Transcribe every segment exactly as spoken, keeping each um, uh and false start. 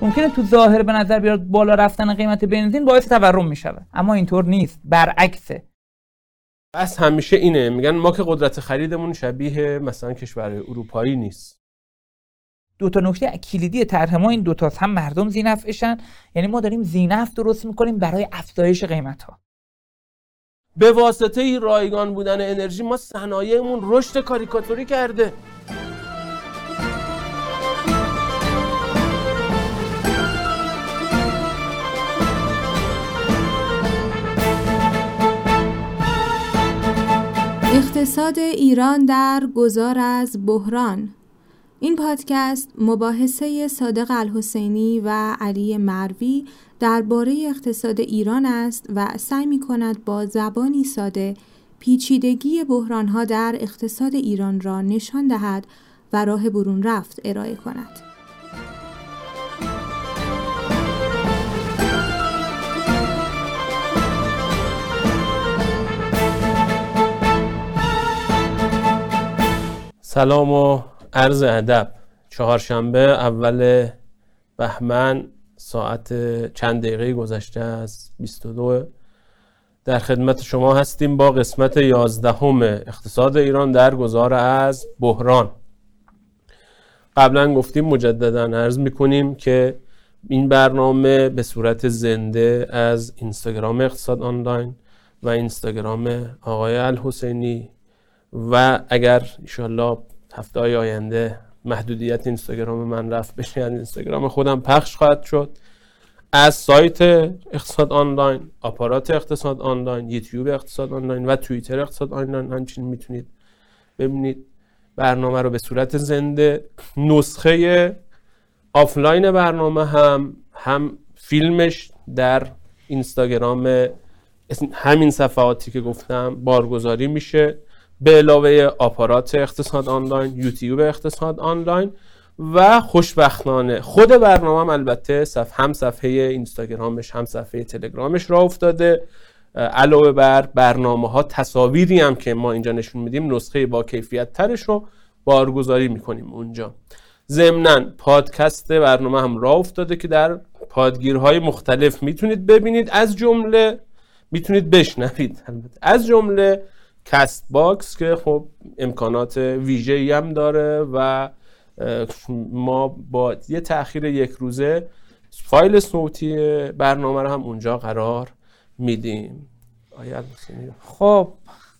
ممکنه تو ظاهر به نظر بیاد بالا رفتن قیمت بنزین باعث تورم میشه، اما اینطور نیست، برعکسه. بس همیشه اینه، میگن ما که قدرت خریدمون شبیه مثلا کشور اروپایی نیست. دو تا نکته کلیدی طرح ما این دو تاست، هم مردم ذی‌نفعشن، یعنی ما داریم ذی‌نفع درست میکنیم برای افزایش قیمت ها. به واسطه رایگان بودن انرژی ما صنایعمون رشد کاریکاتوری کرده. اقتصاد ایران در گذار از بحران. این پادکست مباحثه صادق الحسینی و علی مروی درباره اقتصاد ایران است و سعی می‌کند با زبانی ساده پیچیدگی بحران‌ها در اقتصاد ایران را نشان دهد و راه برون رفت ارائه کند. سلام و عرض ادب. چهارشنبه اول بهمن ساعت چند دقیقه گذشته از بیست و دو در خدمت شما هستیم با قسمت یازدهم اقتصاد ایران در گذار از بحران. قبلا گفتیم، مجددا عرض میکنیم که این برنامه به صورت زنده از اینستاگرام اقتصاد آنلاین و اینستاگرام آقای الحسینی و اگر انشالله هفته های آینده محدودیت اینستاگرام من رفت بشه، اینستاگرام خودم پخش خواهد شد، از سایت اقتصاد آنلاین، آپارات اقتصاد آنلاین، یوتیوب اقتصاد آنلاین و توییتر اقتصاد آنلاین همچنین میتونید ببینید برنامه رو به صورت زنده. نسخه آفلاین برنامه هم هم فیلمش در اینستاگرام همین صفحاتی که گفتم بارگذاری میشه، به علاوه آپارات اقتصاد آنلاین، یوتیوب اقتصاد آنلاین و خوشبختانه خود برنامه هم البته صف هم صفحه اینستاگرامش هم صفحه تلگرامش راه افتاده. علاوه بر برنامه ها تصاویری هم که ما اینجا نشون میدیم، نسخه با کیفیت ترش رو بارگذاری میکنیم اونجا. ضمناً پادکست برنامه هم راه افتاده که در پادگیرهای مختلف میتونید ببینید، از جمله میتونید بشنوید البته، از جمله کست باکس که خب امکانات ویژه‌ای هم داره و ما با یه تأخیر یک روزه فایل صوتی برنامه رو هم اونجا قرار میدیم. آیا خب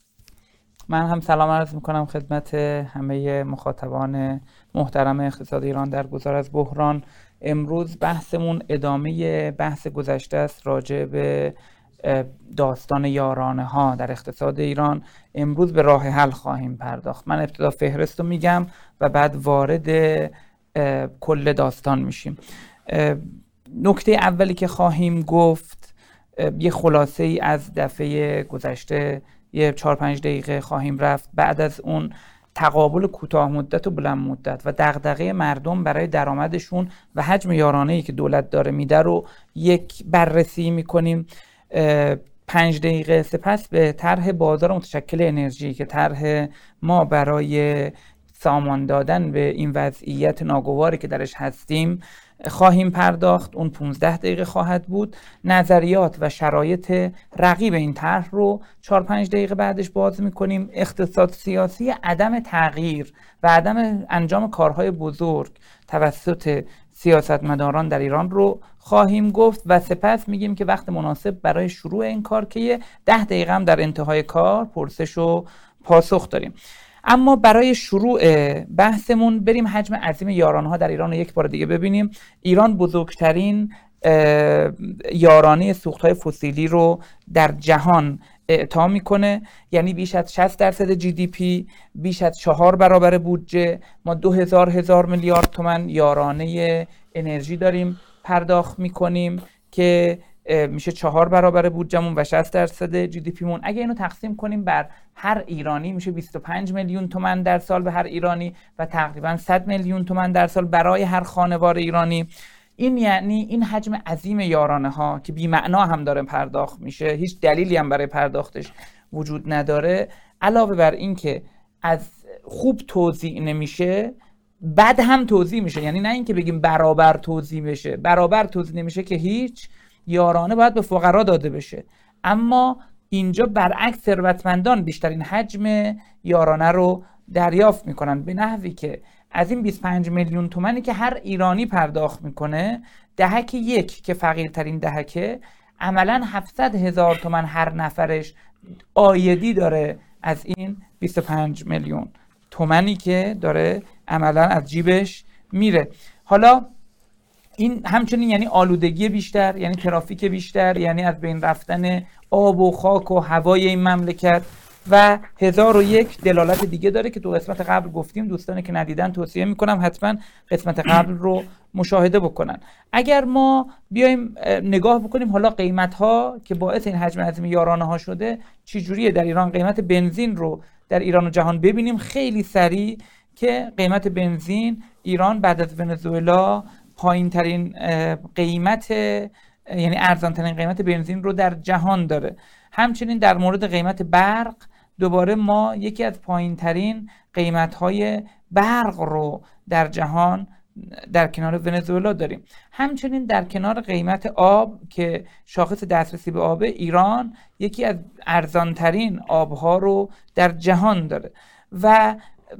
من هم سلام عرض میکنم خدمت همه مخاطبان محترم اقتصاد ایران در گذار از بحران. امروز بحثمون ادامه بحث گذشته است راجع به داستان یارانه ها در اقتصاد ایران. امروز به راه حل خواهیم پرداخت. من ابتدا فهرست رو میگم و بعد وارد کل داستان میشیم. نکته اولی که خواهیم گفت یه خلاصه ای از دفعه گذشته، یه چهار پنج دقیقه خواهیم رفت. بعد از اون تقابل کوتاه مدت و بلند مدت و دغدغه مردم برای درآمدشون و حجم یارانه‌ای که دولت داره میده رو یک بررسی میکنیم. پنج دقیقه سپس به طرح بازار متشکل انرژی که طرح ما برای سامان دادن به این وضعیت ناگواری که درش هستیم خواهیم پرداخت. اون پانزده دقیقه خواهد بود. نظریات و شرایط رقیب این طرح رو چهار پنج دقیقه بعدش باز میکنیم. اقتصاد سیاسی عدم تغییر و عدم انجام کارهای بزرگ توسط سیاستمداران در ایران رو خواهیم گفت و سپس میگیم که وقت مناسب برای شروع این کار که یه ده دقیقه هم در انتهای کار پرسش و پاسخ داریم. اما برای شروع بحثمون بریم حجم عظیم یارانه ها در ایران رو یک بار دیگه ببینیم. ایران بزرگترین یارانه سوخت‌های فسیلی رو در جهان اعطا میکنه، یعنی بیش از شصت درصد جی دی پی، بیش از چهار برابر بودجه. ما دو هزار هزار میلیارد تومان یارانه انرژی داریم پرداخت میکنیم که میشه چهار برابر بودجمون و شصت درصد جی دی پی مون. اگه اینو تقسیم کنیم بر هر ایرانی میشه بیست و پنج میلیون تومان در سال به هر ایرانی و تقریبا صد میلیون تومان در سال برای هر خانوار ایرانی. این یعنی این حجم عظیم یارانه ها که بی معنا هم داره پرداخت میشه، هیچ دلیلی هم برای پرداختش وجود نداره. علاوه بر این که از خوب توزیع نمیشه، بعد هم توزیع میشه، یعنی نه اینکه بگیم برابر توزیع بشه، برابر توزیع نمیشه که هیچ، یارانه باید به فقرا داده بشه. اما اینجا برعکس ثروتمندان بیشترین حجم یارانه رو دریافت میکنن، به نحوی که از این بیست و پنج میلیون تومانی که هر ایرانی پرداخت میکنه، دهک یک که فقیرترین دهکه عملاً هفتصد هزار تومان هر نفرش عایدی داره از این بیست و پنج میلیون تومانی که داره عملاً از جیبش میره. حالا این همچنین یعنی آلودگی بیشتر، یعنی ترافیک بیشتر، یعنی از بین رفتن آب و خاک و هوای این مملکت و هزار و یک دلالت دیگه داره که تو قسمت قبل گفتیم. دوستانی که ندیدن توصیه میکنم حتما قسمت قبل رو مشاهده بکنن. اگر ما بیایم نگاه بکنیم حالا قیمت ها که باعث این حجم عظیم یارانه ها شده چی جوریه در ایران، قیمت بنزین رو در ایران و جهان ببینیم خیلی سریع که قیمت بنزین ایران بعد از ونزوئلا پایین ترین قیمت، یعنی ارزان ترین قیمت بنزین رو در جهان داره. همچنین در مورد قیمت برق دوباره ما یکی از پایین ترین قیمت های برق رو در جهان در کنار ونزوئلا داریم. همچنین در کنار قیمت آب که شاخص دسترسی به آب، ایران یکی از ارزان ترین آبها رو در جهان داره. و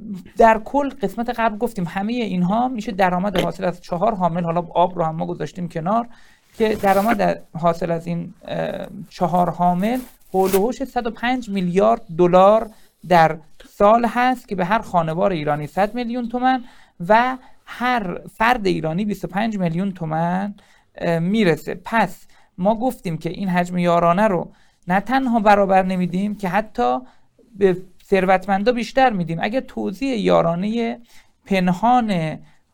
در کل قسمت قبل گفتیم همه اینها میشه درآمد حاصل از چهار عامل، حالا آب رو هم ما گذاشتیم کنار، که درآمد حاصل از این چهار عامل حول و حوش صد و پنج میلیارد دلار در سال هست که به هر خانوار ایرانی صد میلیون تومان و هر فرد ایرانی بیست و پنج میلیون تومان میرسه. پس ما گفتیم که این حجم یارانه رو نه تنها برابر نمیدیم که حتی به ثروتمندا بیشتر میدیم. اگر توزیع یارانه پنهان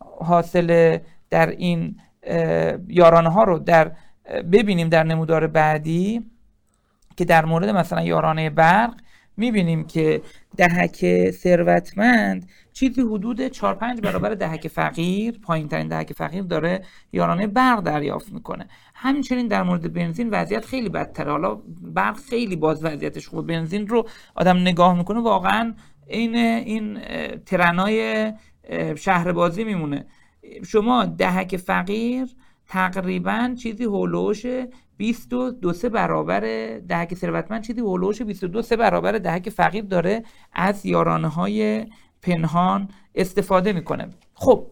حاصل در این یارانه ها رو در ببینیم در نمودار بعدی که در مورد مثلا یارانه برق میبینیم که دهک ثروتمند چیزی حدود چهار پنج برابر دهک فقیر، پایین ترین دهک فقیر داره یارانه برق دریافت میکنه. همچنین در مورد بنزین وضعیت خیلی بدتره. حالا برق خیلی باز وضعیتش خوبه، بنزین رو آدم نگاه میکنه واقعا این این ترنای شهر بازی میمونه. شما دهک فقیر تقریبا چیزی هولوش بیست و دو سه برابر دهک ثروتمند، چیزی هولوش بیست و دو سه برابر دهک فقیر داره از یارانه های پنهان استفاده میکنه. خب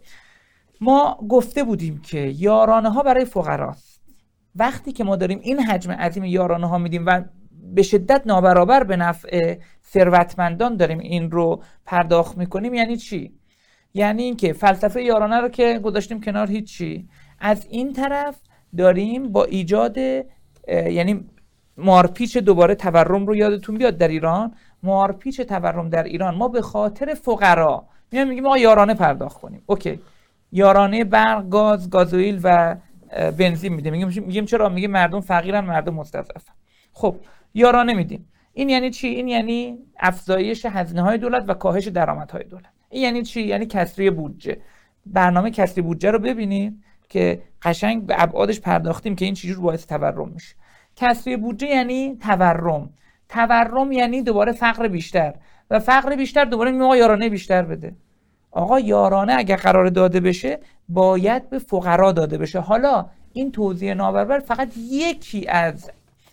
ما گفته بودیم که یارانه ها برای فقراست. وقتی که ما داریم این حجم عظیم یارانه ها میدیم و به شدت نابرابر به نفع ثروتمندان داریم این رو پرداخت میکنیم، یعنی چی؟ یعنی اینکه فلسفه یارانه رو که گذاشتیم کنار هیچی، از این طرف داریم با ایجاد یعنی مارپیچ دوباره تورم رو یادتون بیاد در ایران، مارپیچ تورم در ایران ما به خاطر فقرا میایم میگیم آقا یارانه پرداخت کنیم. اوکی، یارانه برق، گاز، گازوئیل و بنزین میدیم. میگیم میگیم چرا؟ میگیم مردم فقیرن، مردم مستضعفن. خب یارانه میدیم. این یعنی چی؟ این یعنی افزایش هزینه‌های دولت و کاهش درآمدهای دولت. این یعنی چی؟ یعنی کسری بودجه. برنامه کسری بودجه رو ببینید که قشنگ به ابعادش پرداختیم که این چجور باعث تورم میشه. کسری بودجه یعنی تورم، تورم یعنی دوباره فقر بیشتر و فقر بیشتر دوباره میگه آقا یارانه بیشتر بده. آقا یارانه اگر قرار داده بشه باید به فقرا داده بشه. حالا این توزیع نابرابر فقط یکی از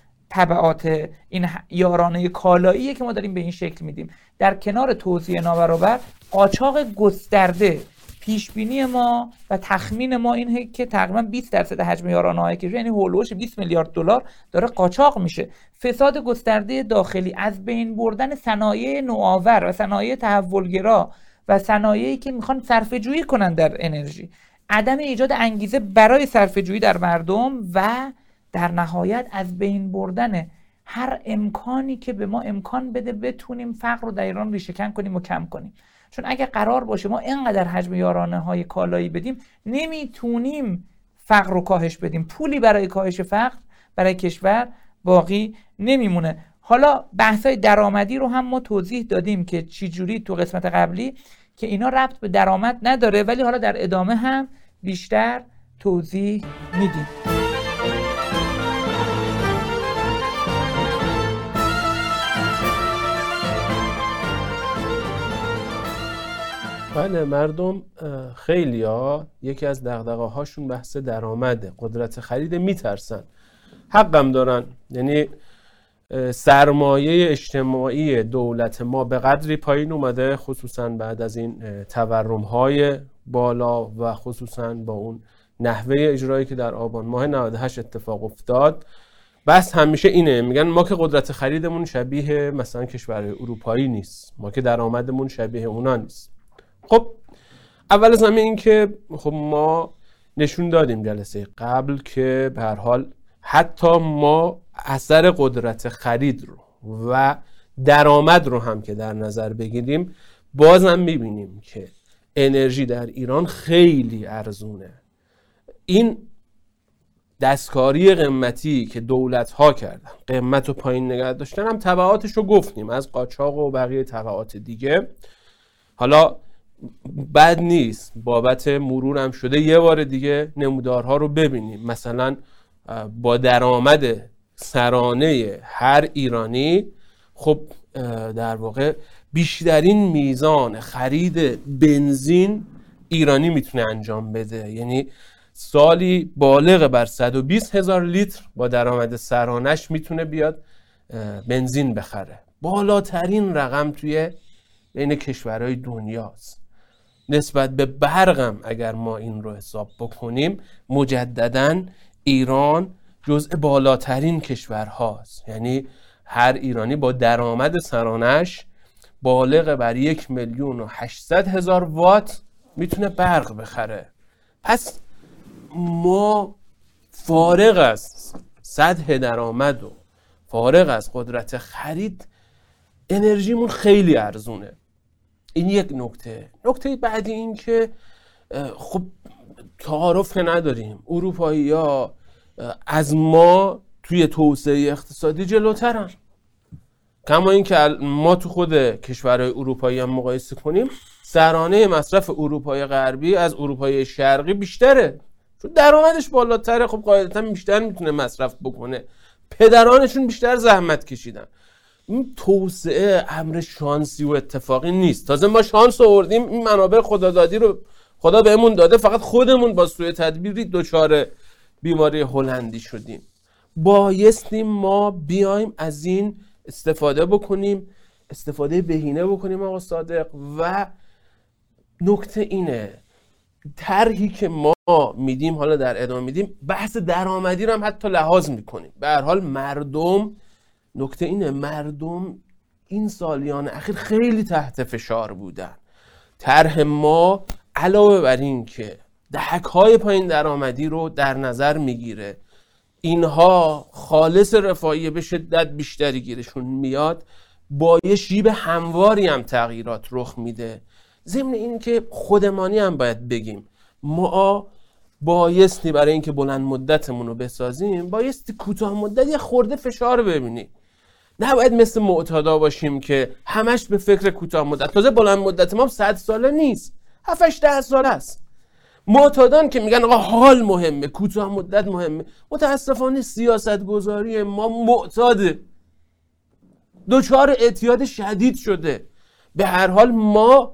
تبعات این یارانه کالاییه که ما داریم به این شکل میدیم. در کنار توزیع نابرابر، قاچاق گسترده. پیش بینی ما و تخمین ما اینه که تقریبا بیست درصد حجم یارانه‌های کشور یعنی هولوش بیست میلیارد دلار داره قاچاق میشه. فساد گسترده داخلی، از بین بردن صنایع نوآور و صنایع تحولگرا و صنایعی که میخوان صرفه‌جویی کنن در انرژی، عدم ایجاد انگیزه برای صرفه‌جویی در مردم و در نهایت از بین بردن هر امکانی که به ما امکان بده بتونیم فقر رو در ایران ریشه‌کن کنیم و کم کنیم. چون اگه قرار باشه ما اینقدر حجم یارانه های کالایی بدیم نمیتونیم فقر رو کاهش بدیم، پولی برای کاهش فقر برای کشور باقی نمیمونه. حالا بحثای درآمدی رو هم ما توضیح دادیم که چی جوری تو قسمت قبلی که اینا ربط به درآمد نداره، ولی حالا در ادامه هم بیشتر توضیح میدیم. بله، مردم خیلی ها یکی از دغدغه هاشون بحث درآمده، قدرت خرید، میترسن، حقم دارن. یعنی سرمایه اجتماعی دولت ما به قدری پایین اومده، خصوصا بعد از این تورم های بالا و خصوصا با اون نحوه اجرایی که در آبان ماه نود و هشت اتفاق افتاد. بس همیشه اینه، میگن ما که قدرت خریدمون شبیه مثلا کشورهای اروپایی نیست، ما که درآمدمون شبیه اونا نیست. خب اول از همه این که خب ما نشون دادیم جلسه قبل که به هر حال حتی ما اثر قدرت خرید رو و درآمد رو هم که در نظر بگیریم، بازم میبینیم که انرژی در ایران خیلی ارزونه. این دستکاری قیمتی که دولت ها کردن، قیمت رو پایین نگه داشتن، هم تبعاتش رو گفتیم از قاچاق و بقیه تبعات دیگه. حالا بد نیست بابت مرور هم شده یه بار دیگه نمودارها رو ببینیم. مثلا با درآمد سرانه هر ایرانی خب در واقع بیشترین میزان خرید بنزین ایرانی میتونه انجام بده. یعنی سالی بالغ بر صد و بیست هزار لیتر با درآمد سرانش میتونه بیاد بنزین بخره. بالاترین رقم توی بین کشورهای دنیاست. نسبت به برقم اگر ما این رو حساب بکنیم، مجدداً ایران جزء بالاترین کشورهاست. یعنی هر ایرانی با درآمد سرانش بالغ بر یک میلیون و هشتصد هزار وات میتونه برق بخره. پس ما فارغ از سطح درآمد و فارغ از قدرت خرید، انرژیمون خیلی ارزونه. این یک نکته. نکته بعدی این که خب تعارف نداریم، اروپایی ها از ما توی توسعه اقتصادی جلوترن. کما این که ما تو خود کشورهای اروپایی هم مقایسه کنیم، سرانه مصرف اروپای غربی از اروپای شرقی بیشتره، چون درآمدش بالاتره. خب قاعدتا بیشتر میتونه مصرف بکنه، پدرانشون بیشتر زحمت کشیدن. این توسعه امر شانسی و اتفاقی نیست. تازه ما شانس آوردیم، این منابع خدادادی رو خدا بهمون داده، فقط خودمون با سوء تدبیری دچار بیماری هلندی شدیم. بایستیم ما بیایم از این استفاده بکنیم، استفاده بهینه بکنیم آقا صادق. و نکته اینه، طرحی که ما میدیم، حالا در ادامه میدیم، بحث درآمدی رو هم حتی لحاظ میکنیم. به هر حال مردم، نکته اینه، مردم این سالیان اخیر خیلی تحت فشار بودن. طرح ما علاوه بر این که دهک‌های پایین درآمدی رو در نظر میگیره، اینها خالص رفاهی به شدت بیشتری گیرشون میاد، با یه شیب همواری هم تغییرات رخ میده. ضمن این که خودمانی هم باید بگیم، ما بایستی برای اینکه بلند مدتمون رو بسازیم، بایستی کوتاه مدت یه خورده فشار ببینیم. نباید مثل معتادا باشیم که همش به فکر کوتاه مدت. تازه بلند مدت ما صد ساله نیست، هفت ده ساله است. معتادان که میگن آقا حال مهمه، کوتاه مدت مهمه، متاسفانه سیاست گذاری ما معتاده، دچار اعتیاد شدید شده. به هر حال ما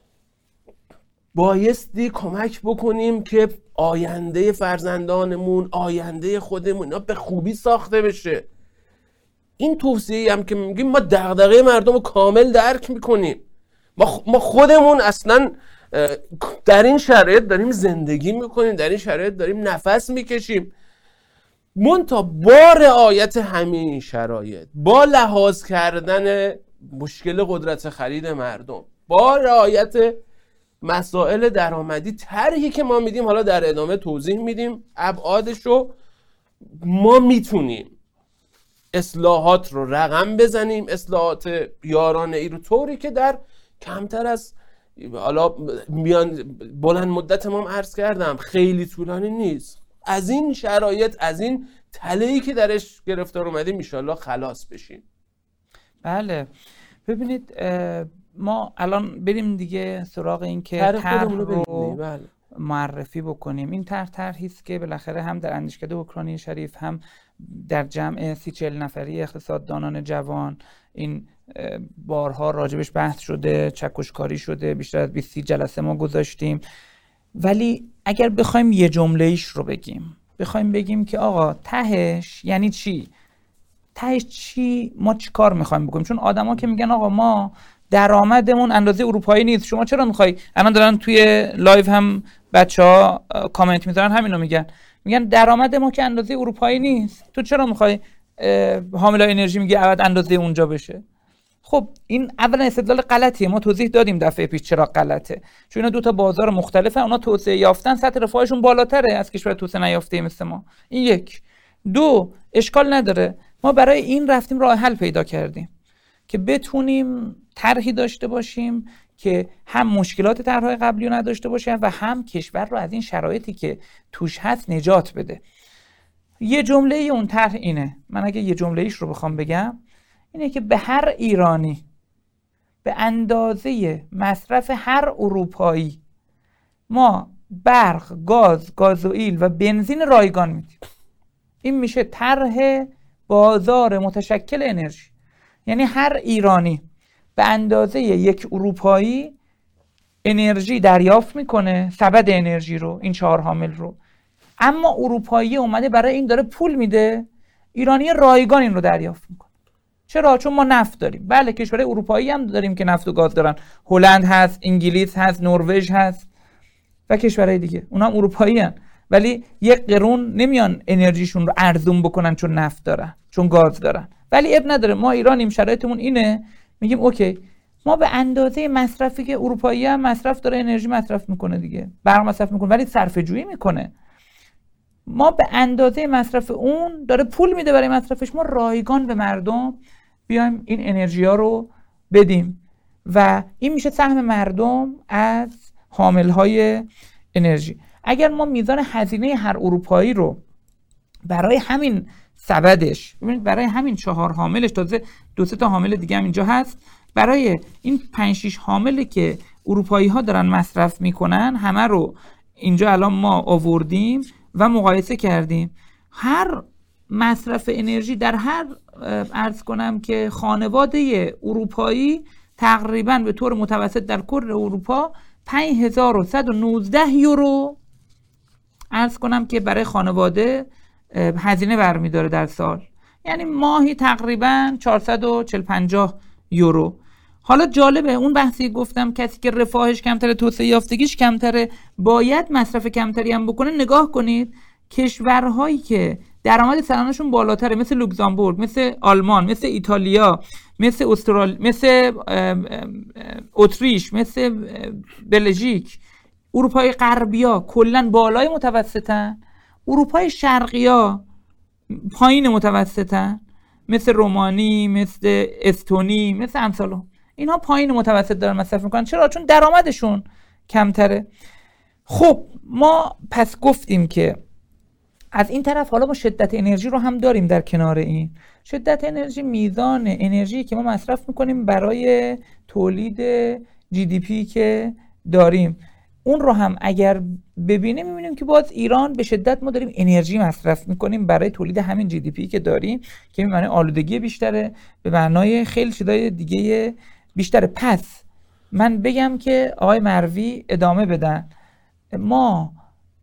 بایستی کمک بکنیم که آینده فرزندانمون، آینده خودمون اینا به خوبی ساخته بشه. این توصیه هم که میگیم، ما دغدغه مردم رو کامل درک میکنیم. ما ما خودمون اصلا در این شرایط داریم زندگی میکنیم، در این شرایط داریم نفس میکشیم. منتها با رعایت همین شرایط، با لحاظ کردن مشکل قدرت خرید مردم، با رعایت مسائل درآمدی، طرحی که ما میدیم، حالا در ادامه توضیح میدیم ابعادشو، ما میتونیم اصلاحات رو رقم بزنیم، اصلاحات یارانه ای رو، طوری که در کمتر از حالا میان بلند مدت ما هم عرض کردم خیلی طولانی نیست، از این شرایط، از این تله‌ای که درش گرفتار اومدیم انشالله خلاص بشیم. بله ببینید، ما الان بریم دیگه سراغ این که طرح رو بله. معرفی بکنیم. این طرح طرحی است که بالاخره هم در اندیشکده اوکراینی شریف، هم در جمع سی چهل نفری اقتصاددانان جوان این بارها راجبش بحث شده، چکشکاری شده، بیشتر از بیست جلسه ما گذاشتیم. ولی اگر بخوایم یه جمله ایش رو بگیم، بخوایم بگیم که آقا تهش یعنی چی؟ تهش چی؟ ما چی کار میخوایم بکنیم؟ چون آدما که میگن آقا ما درآمدمون اندازه اروپایی نیست، شما چرا میخوای؟ الان دارن توی لایو هم بچه‌ها کامنت میذارن همین رو میگن، میگن درآمد ما که اندازه اروپایی نیست، تو چرا میخوای حامل انرژی میگی ابد اندازه اونجا بشه؟ خب این اولا استدلال غلطیه، ما توضیح دادیم دفعه پیش چرا غلطه. چون اینا دو تا بازار مختلفن، اونا توسعه یافتن، سطح رفاهشون بالاتره از کشور توسعه نیافته مثل ما. این یک. دو، اشکال نداره، ما برای این رفتیم راه حل پیدا کردیم که بتونیم طرحی داشته باشیم که هم مشکلات طرح‌های قبلی رو نداشته باشه و هم کشور رو از این شرایطی که توش هست نجات بده. یه جمله اون طرح اینه، من اگه یه جمله ایش رو بخوام بگم اینه که به هر ایرانی به اندازه مصرف هر اروپایی ما برق، گاز، گازوئیل و بنزین رایگان میدیم. این میشه طرح بازار متشکل انرژی. یعنی هر ایرانی به اندازه یک اروپایی انرژی دریافت میکنه، سبد انرژی رو، این چهار حامل رو. اما اروپایی اومده برای این داره پول میده، ایرانی رایگان این رو دریافت میکنه. چرا؟ چون ما نفت داریم. بله کشورهای اروپایی هم داریم که نفت و گاز دارن، هلند هست، انگلیس هست، نروژ هست و کشورهای دیگه، اونا هم اروپایی هن. ولی یک قرون نمیان انرژیشون رو ارزون بکنن چون نفت دارن، چون گاز دارن. ولی اب نداره، ما ایرانیم، شرایطمون اینه، میگیم اوکی ما به اندازه مصرفی که اروپایی هم مصرف داره انرژی مصرف میکنه دیگه، برق مصرف میکنه ولی صرفه جویی میکنه، ما به اندازه مصرف اون داره پول میده برای مصرفش، ما رایگان به مردم بیایم این انرژی ها رو بدیم و این میشه سهم مردم از حامل های انرژی. اگر ما میزان هزینه هر اروپایی رو برای همین سبدش، ببینید برای همین چهار حاملش، تازه دو سه تا حامل دیگه هم اینجا هست، برای این پنج شش حاملی که اروپایی ها دارن مصرف میکنن همه رو اینجا الان ما آوردیم و مقایسه کردیم. هر مصرف انرژی در هر عرض کنم که خانواده اروپایی تقریبا به طور متوسط در کل اروپا پنج هزار و صد و نوزده یورو عرض کنم که برای خانواده هزینه برمیداره در سال، یعنی ماهی تقریبا چهارصد و چهل پنجاه یورو. حالا جالبه اون بحثی گفتم کسی که رفاهش کمتره، توسعه یافتگیش کمتره، باید مصرف کمتری هم بکنه. نگاه کنید کشورهایی که درآمد سرانه‌شون بالاتره، مثل لوکزامبورگ، مثل آلمان، مثل ایتالیا، مثل استرالیا، مثل اتریش، مثل بلژیک، اروپای غربیا کلا بالای متوسطن، اروپای شرقیا پایین متوسطن، مثل رومانی، مثل استونی، مثل امثال اینها پایین متوسط دارن مصرف میکنن. چرا؟ چون درآمدشون کمتره. خب ما پس گفتیم که از این طرف حالا ما شدت انرژی رو هم داریم. در کنار این شدت انرژی میزان انرژی که ما مصرف میکنیم برای تولید جی دی پی که داریم، اون رو هم اگر ببینیم میبینیم که باز ایران به شدت ما داریم انرژی مصرف میکنیم برای تولید همین جی دی پی که داریم، که به معنای آلودگی بیشتره، به معنای خیلی چیزای دیگه بیشتره. پس من بگم که آقای مروی ادامه بدن، ما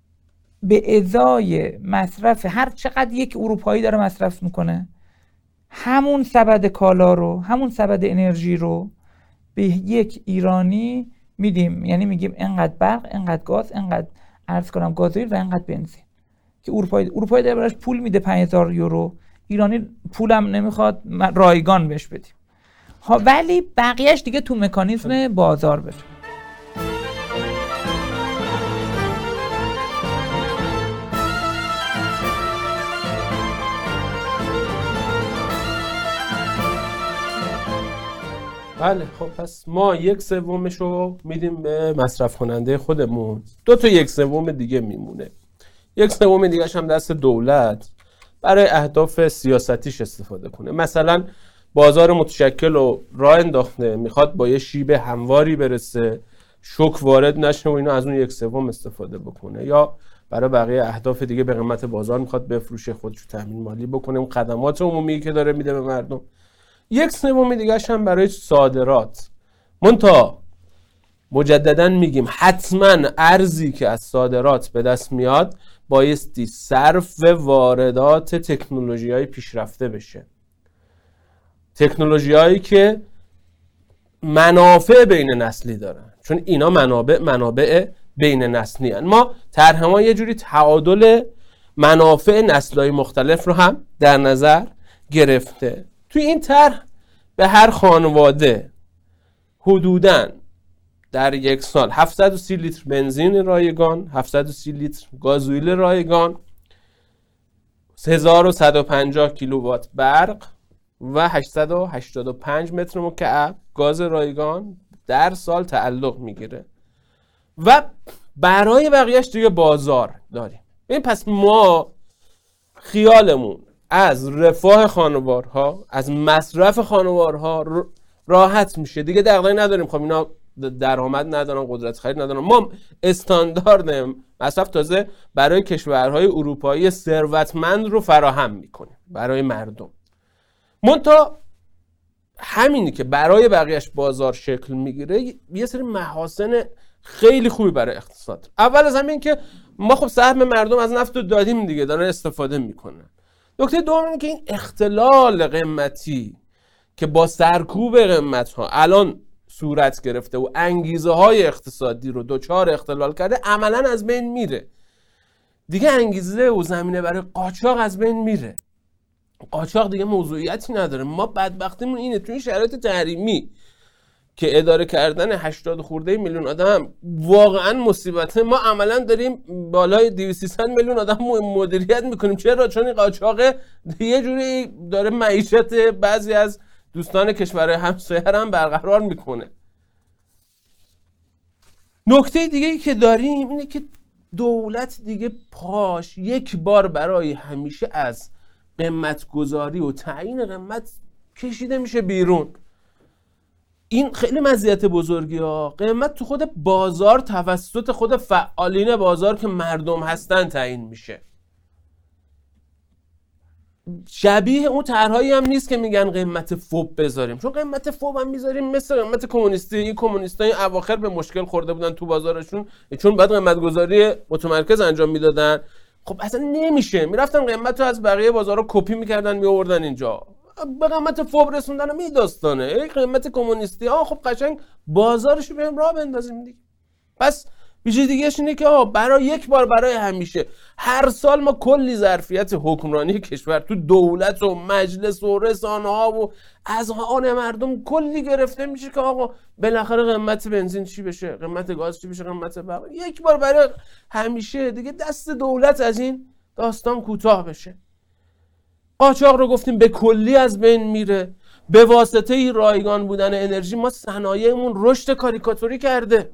به ازای مصرف هر چقدر یک اروپایی داره مصرف میکنه، همون سبد کالا رو، همون سبد انرژی رو به یک ایرانی میدیم. یعنی میگیم انقدر برق، انقدر گاز، انقدر عرض کنم گازوئیل و انقدر بنزین، که اروپایی اروپایی داره براش پول میده پنج هزار یورو، ایرانی پولم نمیخواد، رایگان بهش بدیم ها، ولی بقیهش دیگه تو مکانیزم بازار بره. بله خب پس ما یک سومش رو میدیم به مصرف کننده خودمون، دو تا یک سوم دیگه میمونه. یک سوم دیگه‌ش هم دست دولت برای اهداف سیاستیش استفاده کنه. مثلا بازار متشکل رو راه انداخته، میخواد با یه شیب همواری برسه، شوک وارد نشه و اینا، از اون یک سوم استفاده بکنه. یا برای بقیه اهداف دیگه به قیمت بازار میخواد بفروشه، خودشو تامین مالی بکنه، اون خدمات عمومی که داره میده به مردم یک سوم دیگه‌ش هم برای صادرات. منتها مجددا میگیم حتما ارزی که از صادرات به دست میاد بایستی صرف واردات تکنولوژی‌های پیشرفته بشه، تکنولوژی‌هایی که منافع بین نسلی دارن، چون اینا منابع منابع بین نسلی هن. ما طرح ما یه جوری تعادل منافع نسل‌های مختلف رو هم در نظر گرفته. توی این طرح به هر خانواده حدوداً در یک سال هفتصد و سی لیتر بنزین رایگان، هفتصد و سی لیتر گازوئیل رایگان، هزار و صد و پنجاه کیلووات برق و هشتصد و هشتاد و پنج متر مکعب گاز رایگان در سال تعلق میگیره و برای بقیهش دیگه بازار داریم. این پس ما خیالمون از رفاه خانوارها، از مصرف خانوارها راحت میشه دیگه، دغدغه‌ای نداریم. خب اینا درآمد ندارن، قدرت خرید ندارن، ما استاندارد مصرف تازه برای کشورهای اروپایی ثروتمند رو فراهم میکنیم برای مردم. منتها همینی که برای بقیهش بازار شکل میگیره یه سری محاسن خیلی خوبی برای اقتصاد. اول از همین که ما خب سهم مردم از نفت رو دادیم دیگه، دارن استفاده میکنن. نکته دوم اینه که این اختلال قیمتی که با سرکوب قیمت ها الان صورت گرفته و انگیزه های اقتصادی رو دوچار اختلال کرده عملا از بین میره دیگه. انگیزه و زمینه برای قاچاق از بین میره. قاچاق دیگه موضوعیتی نداره. ما بدبختیمون اینه توی شرایط تحریمی که اداره کردن هشتاد خورده میلیون آدم واقعا مصیبته، ما عملا داریم بالای دویست سیصد میلیون آدم مدیریت میکنیم. چرا؟ چون این قاچاق یه جوری داره معیشت بعضی از دوستان کشورهای همسایه هم برقرار میکنه. نکته دیگه ای که داریم اینه که دولت دیگه پاش یک بار برای همیشه از قیمت گذاری و تعیین قیمت کشیده میشه بیرون. این خیلی مزیت بزرگی ها. قیمت تو خود بازار توسط خود فعالین بازار که مردم هستن تعیین میشه. شبیه اون طرحایی هم نیست که میگن قیمت فوب بذاریم، چون قیمت فوب هم میذاریم مثل قیمت کمونیستی. این کمونیستای اواخر به مشکل خورده بودن تو بازارشون چون بعد قیمت گذاری متمرکز انجام میدادن. خب اصلا نمیشه، میرفتن قیمت رو از بقیه بازارها کپی میکردن میآوردن اینجا، به قیمت فوب رسوندن می داستانه. این قیمت کمونیستی ها خب قشنگ بازارشو بهم راه بندازیم دیگه. پس ویژه دیگه‌اش اینه که آقا برای یک بار برای همیشه هر سال ما کلی ظرفیت حکمرانی کشور تو دولت و مجلس و رسانه ها و از آن مردم کلی گرفته میشه که آقا بالاخره قیمت بنزین چی بشه، قیمت گاز چی بشه، قیمت برق. یک بار برای همیشه دیگه دست دولت از این داستان کوتاه بشه. قاچاق رو گفتیم به کلی از بین میره. به واسطه رایگان بودن انرژی ما صنایعمون رشد کاریکاتوری کرده.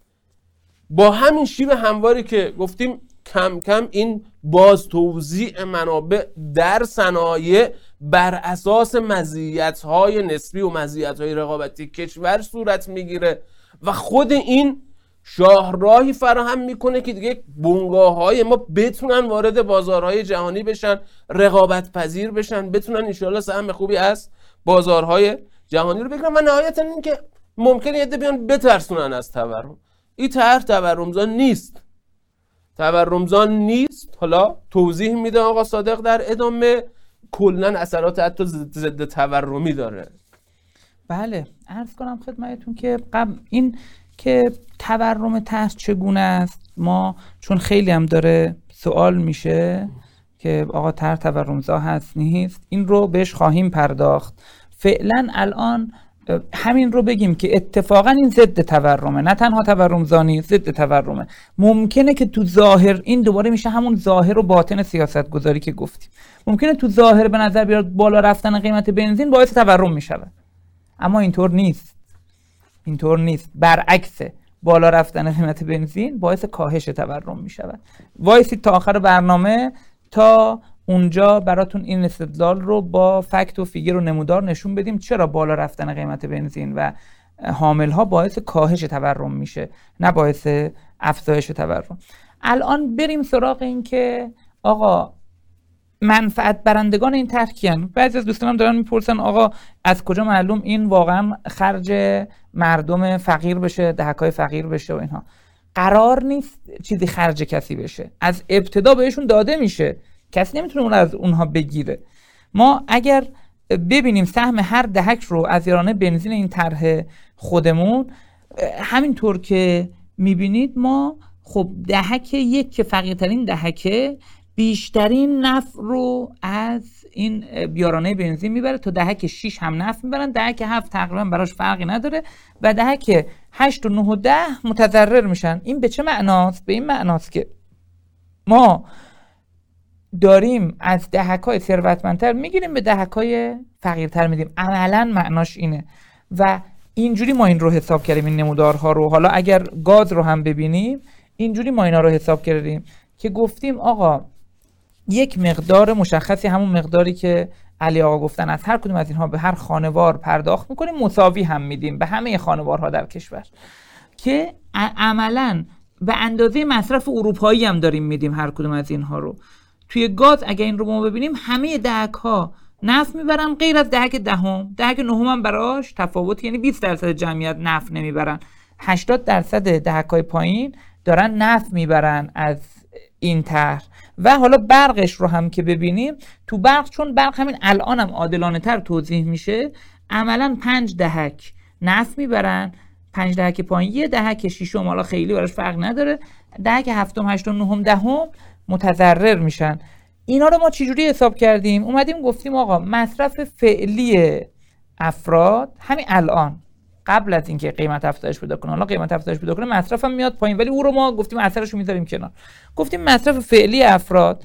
با همین شیب همواری که گفتیم کم کم این باز توزیع منابع در صنایع بر اساس مزیت‌های نسبی و مزیت‌های رقابتی کشور صورت میگیره و خود این شاهراهی فراهم میکنه که دیگه بنگاه‌های ما بتونن وارد بازارهای جهانی بشن، رقابت پذیر بشن، بتونن انشالله سهم خوبی از بازارهای جهانی رو بگیرن و نهایتاً این که ممکنه یه ده بیان بترسونن از تورم. این طرح تورمزا نیست، تورمزا نیست. حالا توضیح میده آقا صادق در ادامه. کلن اثرات حتی ضد تورمی داره. بله عرض کنم خدمتتون که قبل این که تورم طرح چگونه است، ما چون خیلی هم داره سوال میشه که آقا طرح تورمزا هست نیست، این رو بهش خواهیم پرداخت. فعلا الان همین رو بگیم که اتفاقا این ضد تورمه، نه تنها تورمزا نیست، ضد تورمه. ممکنه که تو ظاهر این دوباره میشه همون ظاهر و باطن سیاست گذاری که گفتیم، ممکنه تو ظاهر به نظر بیاد بالا رفتن قیمت بنزین باعث تورم میشود، اما اینطور نیست. اینطور نیست، برعکسه، بالا رفتن قیمت بنزین باعث کاهش تورم میشود. وایسید تا آخر برنامه تا اونجا براتون این استدلال رو با فکت و فیگر و نمودار نشون بدیم چرا بالا رفتن قیمت بنزین و حامل ها باعث کاهش تورم میشه نه باعث افزایش تورم. الان بریم سراغ این که آقا منفعت برندگان این طرح کیان؟ بعضی از دوستانم دارن میپرسن آقا از کجا معلوم این واقعا خرج مردم فقیر بشه، دهکای فقیر بشه و اینها؟ قرار نیست چیزی خرج کسی بشه، از ابتدا بهشون داده میشه، کسی نمیتونه اون از اونها بگیره. ما اگر ببینیم سهم هر دهک رو از یارانه بنزین این طرح خودمون، همینطور که میبینید ما خب دهک یک که فقیرترین دهکه بیشترین نفع رو از این یارانه بنزین میبره، تا دهک شش هم نفع میبرن، دهک هفت تقریبا براش فرقی نداره و دهک هشت و نه و ده متضرر میشن. این به چه معناست؟ به این معناست که ما داریم از دهکای ثروتمندتر میگیریم به دهکای فقیرتر میدیم. عملا معناش اینه و اینجوری ما این رو حساب کردیم، این نمودارها رو. حالا اگر گاز رو هم ببینیم اینجوری ما اینا رو حساب کردیم که گفتیم آقا یک مقدار مشخصی، همون مقداری که علی آقا گفتن، از هر کدوم از اینها به هر خانوار پرداخت میکنیم، مساوی هم میدیم به همه خانوارها در کشور، که عملاً به اندازه مصرف اروپایی هم داریم میدیم هر کدوم از اینها رو. توی گاز اگه این رو ما ببینیم همه دهک ها نفع میبرن غیر از دهک دهم. دهک نهم هم براش تفاوت، یعنی بیست درصد جمعیت نفع نمیبرن، هشتاد درصد دهک های پایین دارن نفع میبرن از این طرح. و حالا برقش رو هم که ببینیم، تو برق چون برق همین الان هم عادلانه تر توضیح میشه، عملا پنج دهک نفع میبرن، پنج دهک پایین، یه دهک شیشم حالا خیلی براش فرق نداره، دهک هفتم هشتم نهم دهم متضرر میشن. اینا رو ما چجوری حساب کردیم؟ اومدیم گفتیم آقا مصرف فعلی افراد همین الان قبل از اینکه قیمت افزایش پیدا کنه، حالا قیمت افزایش پیدا کنه مصرفم میاد پایین، ولی او رو ما گفتیم اثرش رو میذاریم کنار. گفتیم مصرف فعلی افراد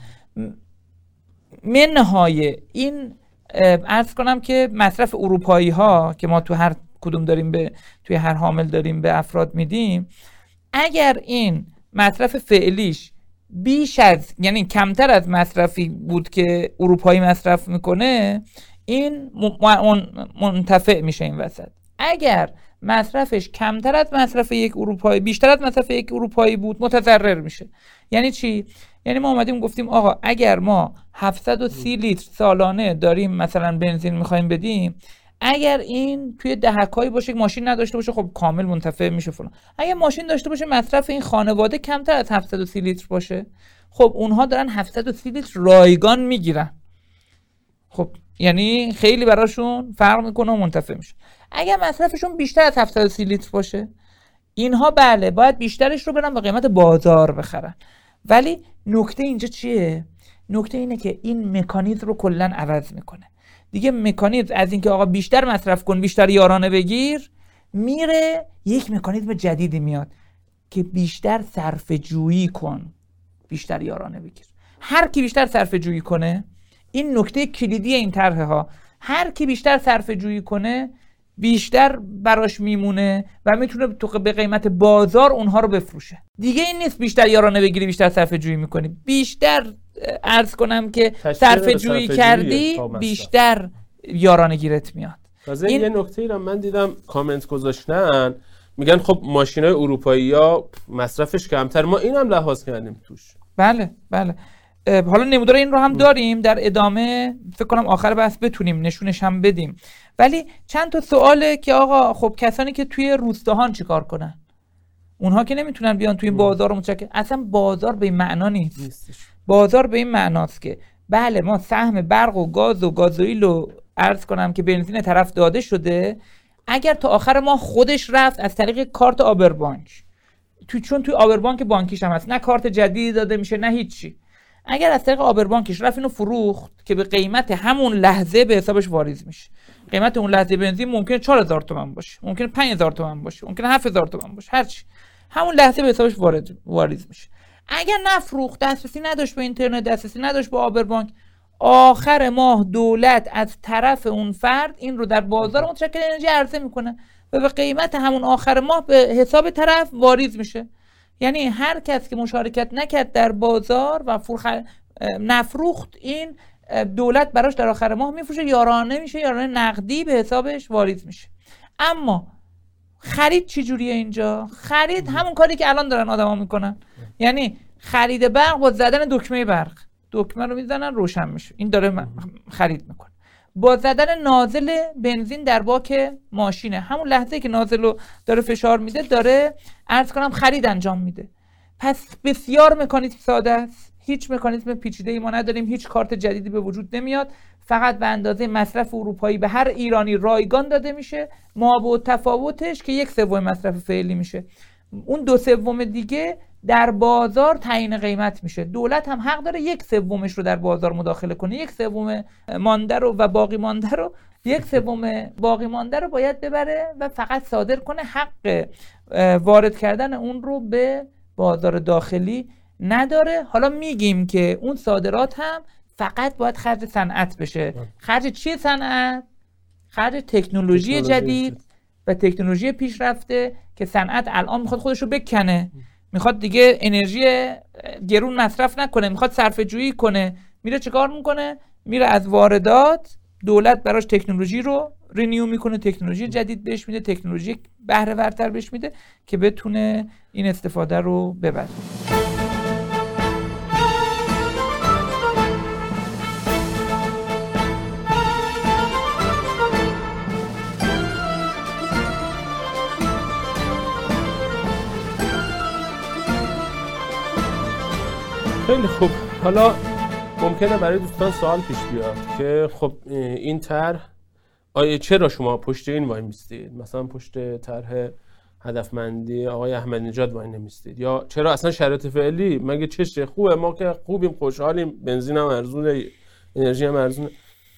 منهای این، عرض کنم که مصرف اروپایی ها که ما تو هر کدوم داریم به توی هر حامل داریم به افراد میدیم، اگر این مصرف فعلیش بیش از، یعنی کمتر از مصرفی بود که اروپایی مصرف میکنه، این منتفع میشه این وسط. اگر مصرفش کمتر از مصرف یک اروپایی، بیشتر از مصرف یک اروپایی بود، متضرر میشه. یعنی چی؟ یعنی ما اومدیم گفتیم آقا اگر ما هفتصد و سی لیتر سالانه داریم مثلا بنزین میخوایم بدیم، اگر این توی دهکایی باشه که ماشین نداشته باشه، خب کامل منتفع میشه فلان. اگر ماشین داشته باشه، مصرف این خانواده کمتر از هفتصد و سی لیتر باشه، خب اونها دارن هفتصد و سی لیتر رایگان میگیرن. خب یعنی خیلی براشون فرق میکنه و منتفع میشه. اگر مصرفشون بیشتر از هفتصد و سی لیتر باشه، اینها بله باید بیشترش رو برن به قیمت بازار بخرن. ولی نکته اینجا چیه؟ نکته اینه که این مکانیزم رو کلا عوض میکنه. دیگه مکانیزم از اینکه آقا بیشتر مصرف کن بیشتر یارانه بگیر، میره یک مکانیزم جدیدی میاد که بیشتر صرفه جویی کن بیشتر یارانه بگیر. هر کی بیشتر صرفه جویی کنه، این نکته کلیدی این طرح ها، هر کی بیشتر صرفه جویی کنه بیشتر براش میمونه و میتونه تو به قیمت بازار اونها رو بفروشه. دیگه این نیست بیشتر یارانه بگیری بیشتر صرفه جویی میکنی، بیشتر عرض کنم که صرفه جویی کردی بیشتر یارانه گیرت میاد. این یه نکته ای رو من دیدم کامنت گذاشتن، میگن خب ماشینای اروپایی‌ها مصرفش کمتر، ما اینم لحاظ کردیم توش. بله بله. حالا نمودار این رو هم داریم، در ادامه فکر کنم آخر بحث بتونیم نشونش هم بدیم. ولی چند تا سواله که آقا خب کسانی که توی روستاهان چیکار کنن؟ اونها که نمیتونن بیان توی بازار متشکل. اصلا بازار به این معنا نیست. نیستش. بازار به این معناست که بله ما سهم برق و گاز و گازوئیل رو عرض کنم که بنزین طرف داده شده، اگر تا آخر ماه خودش رفت از طریق کارت آبربانک، تو چون توی آبربانک بانکیش هم هست، نه کارت جدیدی داده میشه نه هیچی، اگر از طریق آبربانکش رفت اینو فروخت که به قیمت همون لحظه به حسابش واریز میشه. قیمت اون لحظه بنزین ممکنه چهار هزار تومان باشه، ممکنه پنج هزار تومان باشه، ممکنه هفت هزار تومان باشه، هر چی، همون لحظه به حسابش وارد واریز میشه. اگر نفروخت، دسترسی نداشت به اینترنت، دسترسی نداشت به آبربانک، آخر ماه دولت از طرف اون فرد این رو در بازار متشکل انرژی عرضه میکنه و به قیمت همون آخر ماه به حساب طرف واریز میشه. یعنی هر کس که مشارکت نکرد در بازار و فروخ نفروخت، این دولت براش در آخر ماه میفروشه، یارانه میشه، یارانه نقدی به حسابش واریز میشه. اما خرید چی جوریه اینجا؟ خرید همون کاری که الان دارن آدما میکنن، یعنی خرید برق با زدن دکمه برق. دکمه رو میزنن روشن میشه، این داره خرید میکنه. با زدن نازل بنزین در باک ماشینه، همون لحظه که نازل رو داره فشار میده داره عرض کنم خرید انجام میده. پس بسیار مکانیزم ساده است، هیچ مکانیزم پیچیده‌ای ما نداریم، هیچ کارت جدیدی به وجود نمیاد، فقط به اندازه مصرف اروپایی به هر ایرانی رایگان داده میشه، ما با تفاوتش که یک سوم مصرف فعلی میشه، اون دو سوم دیگه در بازار تعیین قیمت میشه. دولت هم حق داره یک سومش رو در بازار مداخله کنه، یک سوم مانده رو و باقی مانده رو یک سوم باقی مانده رو باید ببره و فقط صادر کنه، حق وارد کردن اون رو به بازار داخلی نداره. حالا میگیم که اون صادرات هم فقط باید خرج صنعت بشه. خرج چیه صنعت؟ خرج تکنولوژی جدید و تکنولوژی پیشرفته که صنعت الان میخواد خودش رو بکنه، میخواد دیگه انرژی گرون مصرف نکنه، میخواد صرفه جویی کنه. میره چیکار میکنه؟ میره از واردات دولت براش تکنولوژی رو رینیو میکنه، تکنولوژی جدید بهش میده، تکنولوژی بهره ورتر بهش میده که بتونه این استفاده رو ببره. خیلی خوب. حالا ممکنه برای دوستان سوال پیش بیاد که خب این طرح آیا چرا شما پشت این وای میستید؟ مثلا پشت طرح هدفمندی آقای احمدی نژاد وای نمیستید؟ یا چرا اصلا شرایط فعلی مگه چشه؟ خوبه، ما که خوبیم، خوشحالیم، بنزین هم ارزونه، انرژی هم ارزونه.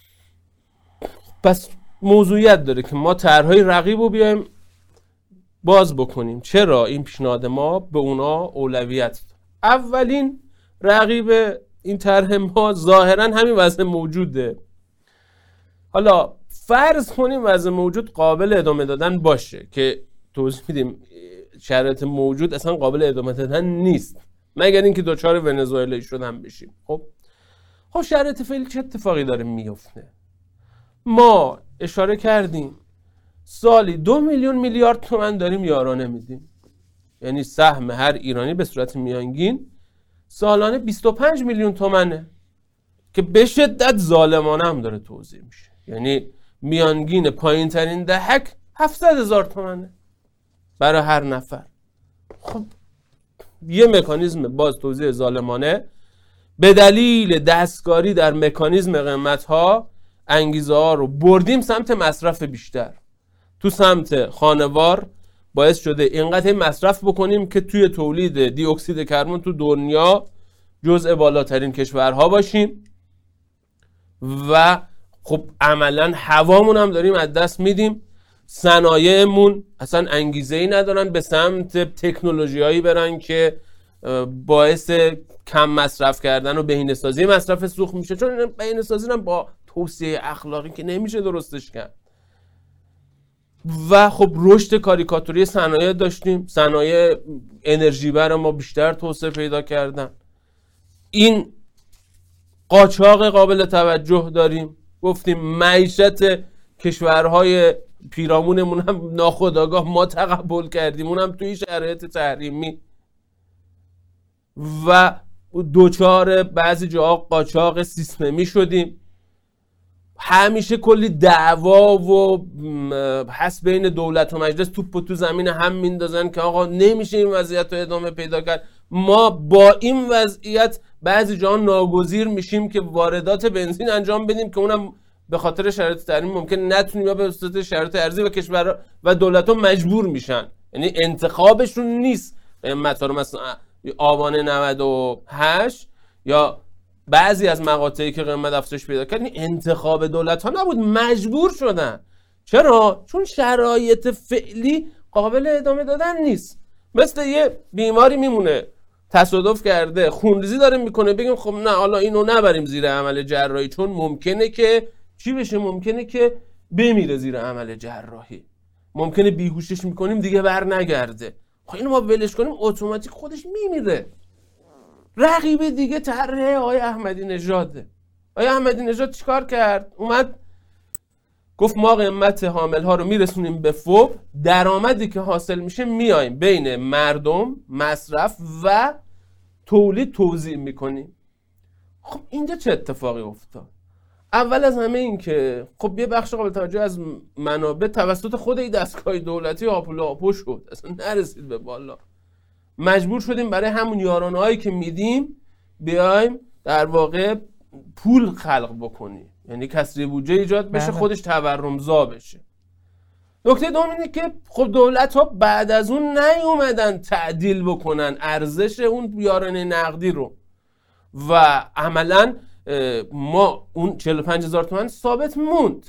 پس موضوعیت داره که ما طرحهای رقیب رو بیایم باز بکنیم. چرا این پیشنهاد ما به اونا اولویت داره؟ اولین رقیب این طرح ما ظاهرا همین وضع موجوده. حالا فرض کنیم وضع موجود قابل ادامه دادن باشه که توضیح میدیم شرایط موجود اصلا قابل ادامه دادن نیست مگر اینکه دوچار ونزوئلایی شدن بشیم. خب خب شرایط فعلی چه اتفاقی داره میفته؟ ما اشاره کردیم سالی دو میلیون میلیارد تومان داریم یارانه میدیم، یعنی سهم هر ایرانی به صورت میانگین سالانه بیست و پنج میلیون تومنه که به شدت ظالمانه هم داره توزیع میشه. یعنی میانگین پایین ترین دهک هفتصد هزار تومنه برای هر نفر. خب یه مکانیزم باز توزیع ظالمانه به دلیل دستکاری در مکانیزم قیمت ها انگیزه ها رو بردیم سمت مصرف بیشتر. تو سمت خانوار باعث شده اینقدر مصرف بکنیم که توی تولید دی اکسید کربن تو دنیا جزء بالاترین کشورها باشیم و خب عملا هوامون هم داریم از دست میدیم. صنایعمون اصلا انگیزه‌ای ندارن به سمت تکنولوژیایی برن که باعث کم مصرف کردن و بهینه‌سازی مصرف سوخت میشه، چون بهینه‌سازی هم با توسعه اخلاقی که نمیشه درستش کرد. و خب رشد کاریکاتوری صنایع داشتیم، صنایع انرژی بر ما بیشتر توسعه پیدا کردن. این قاچاق قابل توجه داریم، گفتیم معیشت کشورهای پیرامونمون هم ناخودآگاه ما تقبل کردیم، اون هم توی شرایط تحریمی و دوچار بعضی جاها قاچاق سیستمی شدیم. همیشه کلی دعوا و حس بین دولت و مجلس توپ و تو زمین هم میندازن که آقا نمیشه این وضعیت رو ادامه پیدا کرد. ما با این وضعیت بعضی جاها ناگزیر میشیم که واردات بنزین انجام بدیم که اونم به خاطر شرایط تحریمی ممکن نتونیم یا به واسطه شرایط ارضی و کشور و دولت‌ها مجبور میشن. یعنی انتخابشون نیست قیمت رو مثلا آبان نود و هشت یا بعضی از مقاطعی که قیمت افزایش پیدا کرد انتخاب دولت ها نبود، مجبور شدن. چرا؟ چون شرایط فعلی قابل ادامه دادن نیست. مثل یه بیماری میمونه تصادف کرده خونریزی داره میکنه، بگیم خب نه حالا اینو نبریم زیر عمل جراحی چون ممکنه که چی بشه؟ ممکنه که بمیره زیر عمل جراحی، ممکنه بیهوشش میکنیم دیگه بر نگرده. خب اینو ما ولش کنیم اتوماتیک خودش میمیره. رقیب دیگه طرح آقای احمدی نژاده. آقای احمدی نژاد چیکار کرد؟ اومد گفت ما قیمت حامل ها رو میرسونیم به فوق، درآمدی که حاصل میشه میایم بین مردم مصرف و تولید توزیع میکنیم. خب اینجا چه اتفاقی افتاد؟ اول از همه این که خب یه بخش قابل توجه از منابع توسط خود این دستگاه دولتی آپولو آپو شد، اصلا نرسید به بالا. مجبور شدیم برای همون یارانه‌هایی که میدیم بیایم در واقع پول خلق بکنیم، یعنی کسری بودجه ایجاد بشه، خودش تورمزا بشه. نکته دوم اینه که خب دولت ها بعد از اون نیومدن تعدیل بکنن ارزش اون یارانه نقدی رو و عملاً ما اون چهل و پنج هزار تومان ثابت موند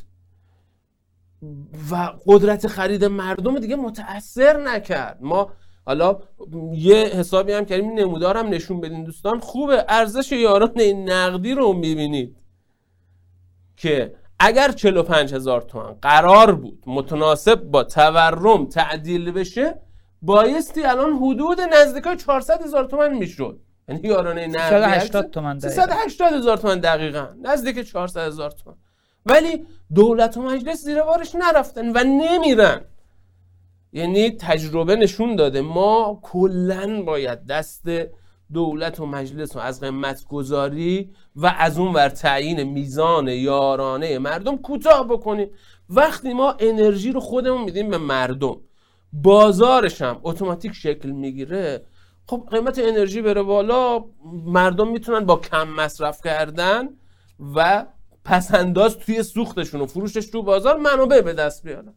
و قدرت خرید مردم دیگه متأثر نکرد. ما حالا یه حسابی هم کردیم، نمودارم نشون بدین دوستان، خوبه. ارزش یارانه نقدی رو میبینید که اگر چهل و پنج هزار تومان قرار بود متناسب با تورم تعدیل بشه، بایستی الان حدود نزدیکای چهارصد هزار تومان میشد، یعنی یارانه نقدی سیصد و هشتاد تومان دقیقاً سیصد و هشتاد هزار تومان دقیقاً نزدیک چهارصد هزار تومان. ولی دولت و مجلس زیر بارش نرفتن و نمیرن. یعنی تجربه نشون داده ما کلاً باید دست دولت و مجلس رو از قیمت گذاری و از اون ور تعیین میزان یارانه مردم کوتاه بکنیم. وقتی ما انرژی رو خودمون میدیم به مردم، بازارش هم اتوماتیک شکل میگیره. خب قیمت انرژی بره بالا، مردم میتونن با کم مصرف کردن و پسنداز توی سوختشون و فروشش تو بازار منابع به دست بیارن.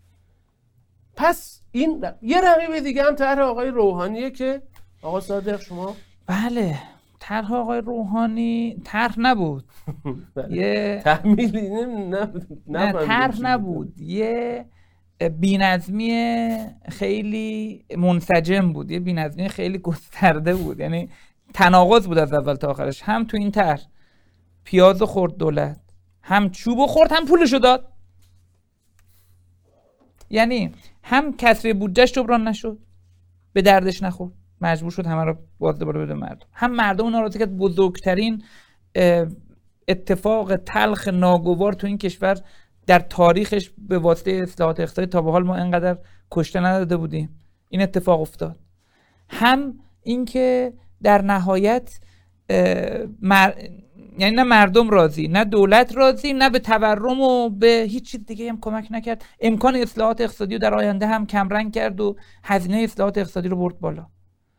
پس این ر... یه رقیب دیگه هم طرح آقای روحانیه که آقا صادق شما بله طرح آقای روحانی طرح نبود یه تحمیلی نه نه نه طرح نبود، یه بی‌نظمی خیلی منسجم بود، یه بی‌نظمی خیلی گسترده بود. یعنی تناقض بود از اول تا آخرش. هم تو این طرح پیاز خورد دولت، هم چوب خورد، هم پولشو داد. یعنی هم کسری بودجهش جبران نشد، به دردش نخورد، مجبور شد همه رو باز دوباره بده مردم. هم مردم ناراضی کرد. بزرگترین اتفاق تلخ ناگوار تو این کشور در تاریخش به واسطه اصلاحات اقتصادی تا به حال ما اینقدر کشته نداده بودیم، این اتفاق افتاد. هم اینکه در نهایت مر... یعنی نه مردم راضی، نه دولت راضی، نه به تورم و به هیچ چیز دیگه هم کمک نکرد. امکان اصلاحات اقتصادی رو در آینده هم کمرنگ کرد و هزینه اصلاحات اقتصادی رو برد بالا.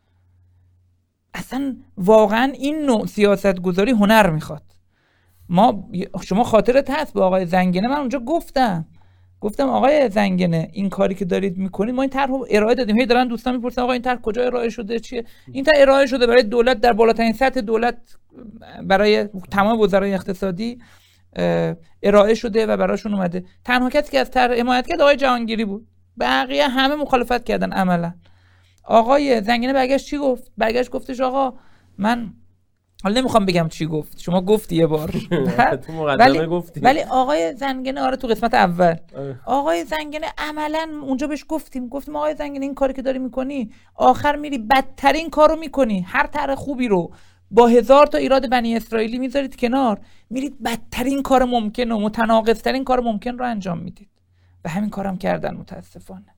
اصلا واقعا این نوع سیاست گذاری هنر میخواد. ما شما خاطرت هست با آقای زنگنه من اونجا گفتم گفتم آقای زنگنه این کاری که دارید میکنید، ما این طرح رو ارائه دادیم. هی دارن دوستان میپرسن آقا این طرح کجا ارائه شده، چیه؟ این طرح ارائه شده برای دولت در بالاترین سطح دولت، برای تمام وزرای اقتصادی ارائه شده و براشون اومده. تنها کسی که از طرح حمایت کرد آقای جهانگیری بود، بقیه همه مخالفت کردن عملا. آقای زنگنه برگشت چی گفت؟ برگشت گفتش آقا من حالا نمیخوام بگم چی گفت، شما گفتی یه بار تو مقدمه گفتی. ولی آقای زنگنه آره تو قسمت اول آقای زنگنه عملا اونجا بهش گفتیم گفتیم آقای زنگنه این کاری که داری میکنی آخر میری بدترین کارو میکنی. هر طرح خوبی رو با هزار تا ایراد بنی اسرائیلی میذارید کنار، میرید بدترین کار ممکن و متناقض کار ممکن رو انجام میدید و همین کارم کردن متاسفانه.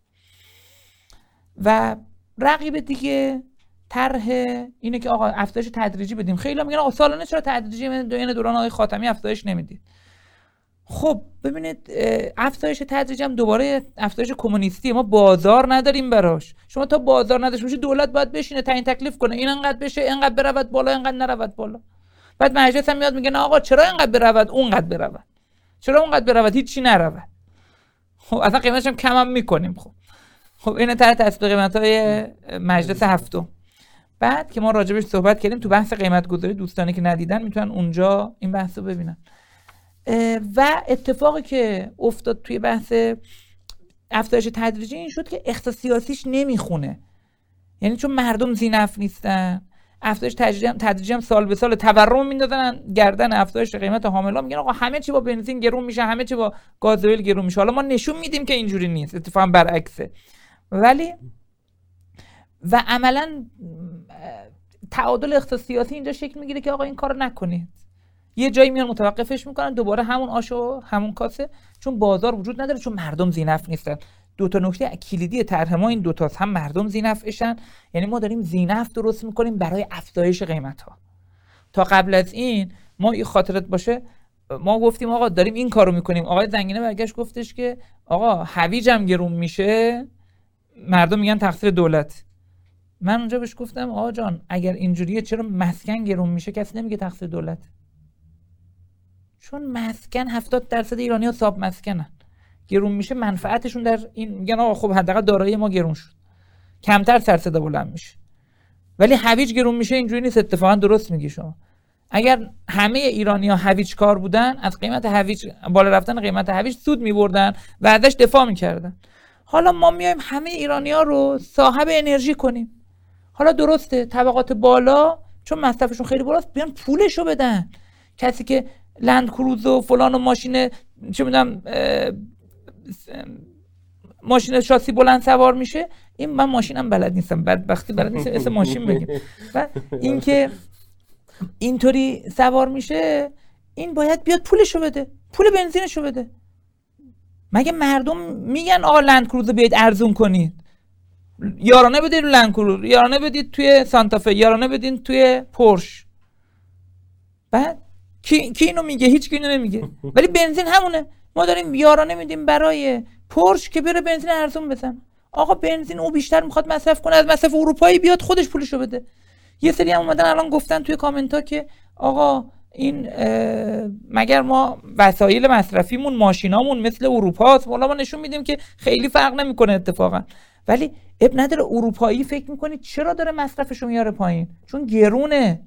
و رقیب دیگه طرح اینه که آقا افزایش تدریجی بدیم. خیلی میگن آقا سالانه چرا تدریجی؟ این دوران آقای خاتمی افزایش نمیدید. خب ببینید افزایش تدریجی هم دوباره افزایش کمونیستی، ما بازار نداریم براش. شما تا بازار نداشته باشی دولت باید بشینه تعیین تکلیف کنه این انقدر بشه، انقدر برود بالا، انقدر نرود بالا. بعد مجلس هم میاد میگه نه آقا چرا انقدر برود، اونقدر برود، چرا اونقدر برود، هیچی نرود. خب اصلا قیمتش هم کم هم میکنیم. خب خب این طرح تصویب قیمت‌های مجلس هفتم. بعد که ما راجبش صحبت کردیم تو بحث قیمت گذاری، دوستانی که ندیدن میتونن اونجا این بحث رو ببینن. و اتفاقی که افتاد توی بحث افزایش تدریجی این شد که اقتصاد سیاسیش نمیخونه. یعنی چون مردم ذی‌نفع نیستن، افزایش تدریجی هم تدریجی هم سال به سال تورم میندازن گردن افزایش قیمت حاملا، میگن آقا همه چی با بنزین گرون میشه، همه چی با گازوئیل گرون میشه. حالا ما نشون میدیم که اینجوری نیست، اتفاقا برعکسه. ولی و عملا تعادل اقتصاد سیاسی اینجا شکل میگیره که آقا این کارو نکنید. یه جایی میان متوقفش میکنن، دوباره همون آشو همون کاسه، چون بازار وجود نداره، چون مردم ذی‌نفع نیستن. دو تا نکته کلیدی طرح ما این دو تاست، هم مردم ذی‌نفعشن، یعنی ما داریم ذی‌نفع درست میکنیم برای افزایش قیمت ها. تا قبل از این ما این خاطرت باشه ما گفتیم آقا داریم این کارو میکنیم، آقای زنگینه برگشت گفتش که آقا هویج هم گرون میشه مردم میگن تقصیر دولت. من اونجا بهش گفتم آقا جان اگر اینجوریه چرا مسکن گرون میشه کسی نمیگه تقصیر دولت؟ چون مسکن هفتاد درصد ایرانی‌ها صاحب مسکنن، گرون میشه منفعتشون در این میگن آقا خب حداقل دارایی ما گرون شد، کمتر سر صدا بلند میشه. ولی هویج گرون میشه اینجوری نیست. اتفاقا درست میگی شما. اگر همه ایرانی‌ها هویج کار بودن از قیمت هویج بالا رفتن قیمت هویج سود می‌بردن و ازش دفاع می‌کردن. حالا ما میایم همه ایرانی‌ها رو صاحب انرژی کنیم. حالا درسته طبقات بالا چون مصرفشون خیلی بالاست بیان پولشو بدن. کسی که لند کروز و فلان و ماشین چه میدونم ماشین شاسی بلند سوار میشه، این من ماشینم بلد نیستم، بدبختی بلد نیستم اسم ماشین بگیم، و اینکه اینطوری سوار میشه این باید بیاد پولشو بده، پول بنزینشو بده. مگه مردم میگن آقا لند کروز بیاید ارزون کنید؟ یارانه بدید لند کروز، یارانه بدید توی سانتافه، یارانه بدید توی پورش. بعد کی کی اینو میگه؟ هیچ کی اینو نمیگه. ولی بنزین همونه، ما داریم یارانه میدیم برای پورش که بره بنزین ارزون بزنه. آقا بنزین او بیشتر میخواد مصرف کنه از مصرف اروپایی، بیاد خودش پولشو بده. یه سری هم اومدن الان گفتن توی کامنت ها که آقا این مگر ما وسایل مصرفیمون ماشینامون مثل اروپاست؟ والا ما نشون میدیم که خیلی فرق نمیکنه اتفاقا. ولی اب نداره اروپایی فکر میکنید چرا داره مصرفشو میاره پایین؟ چون گرونه.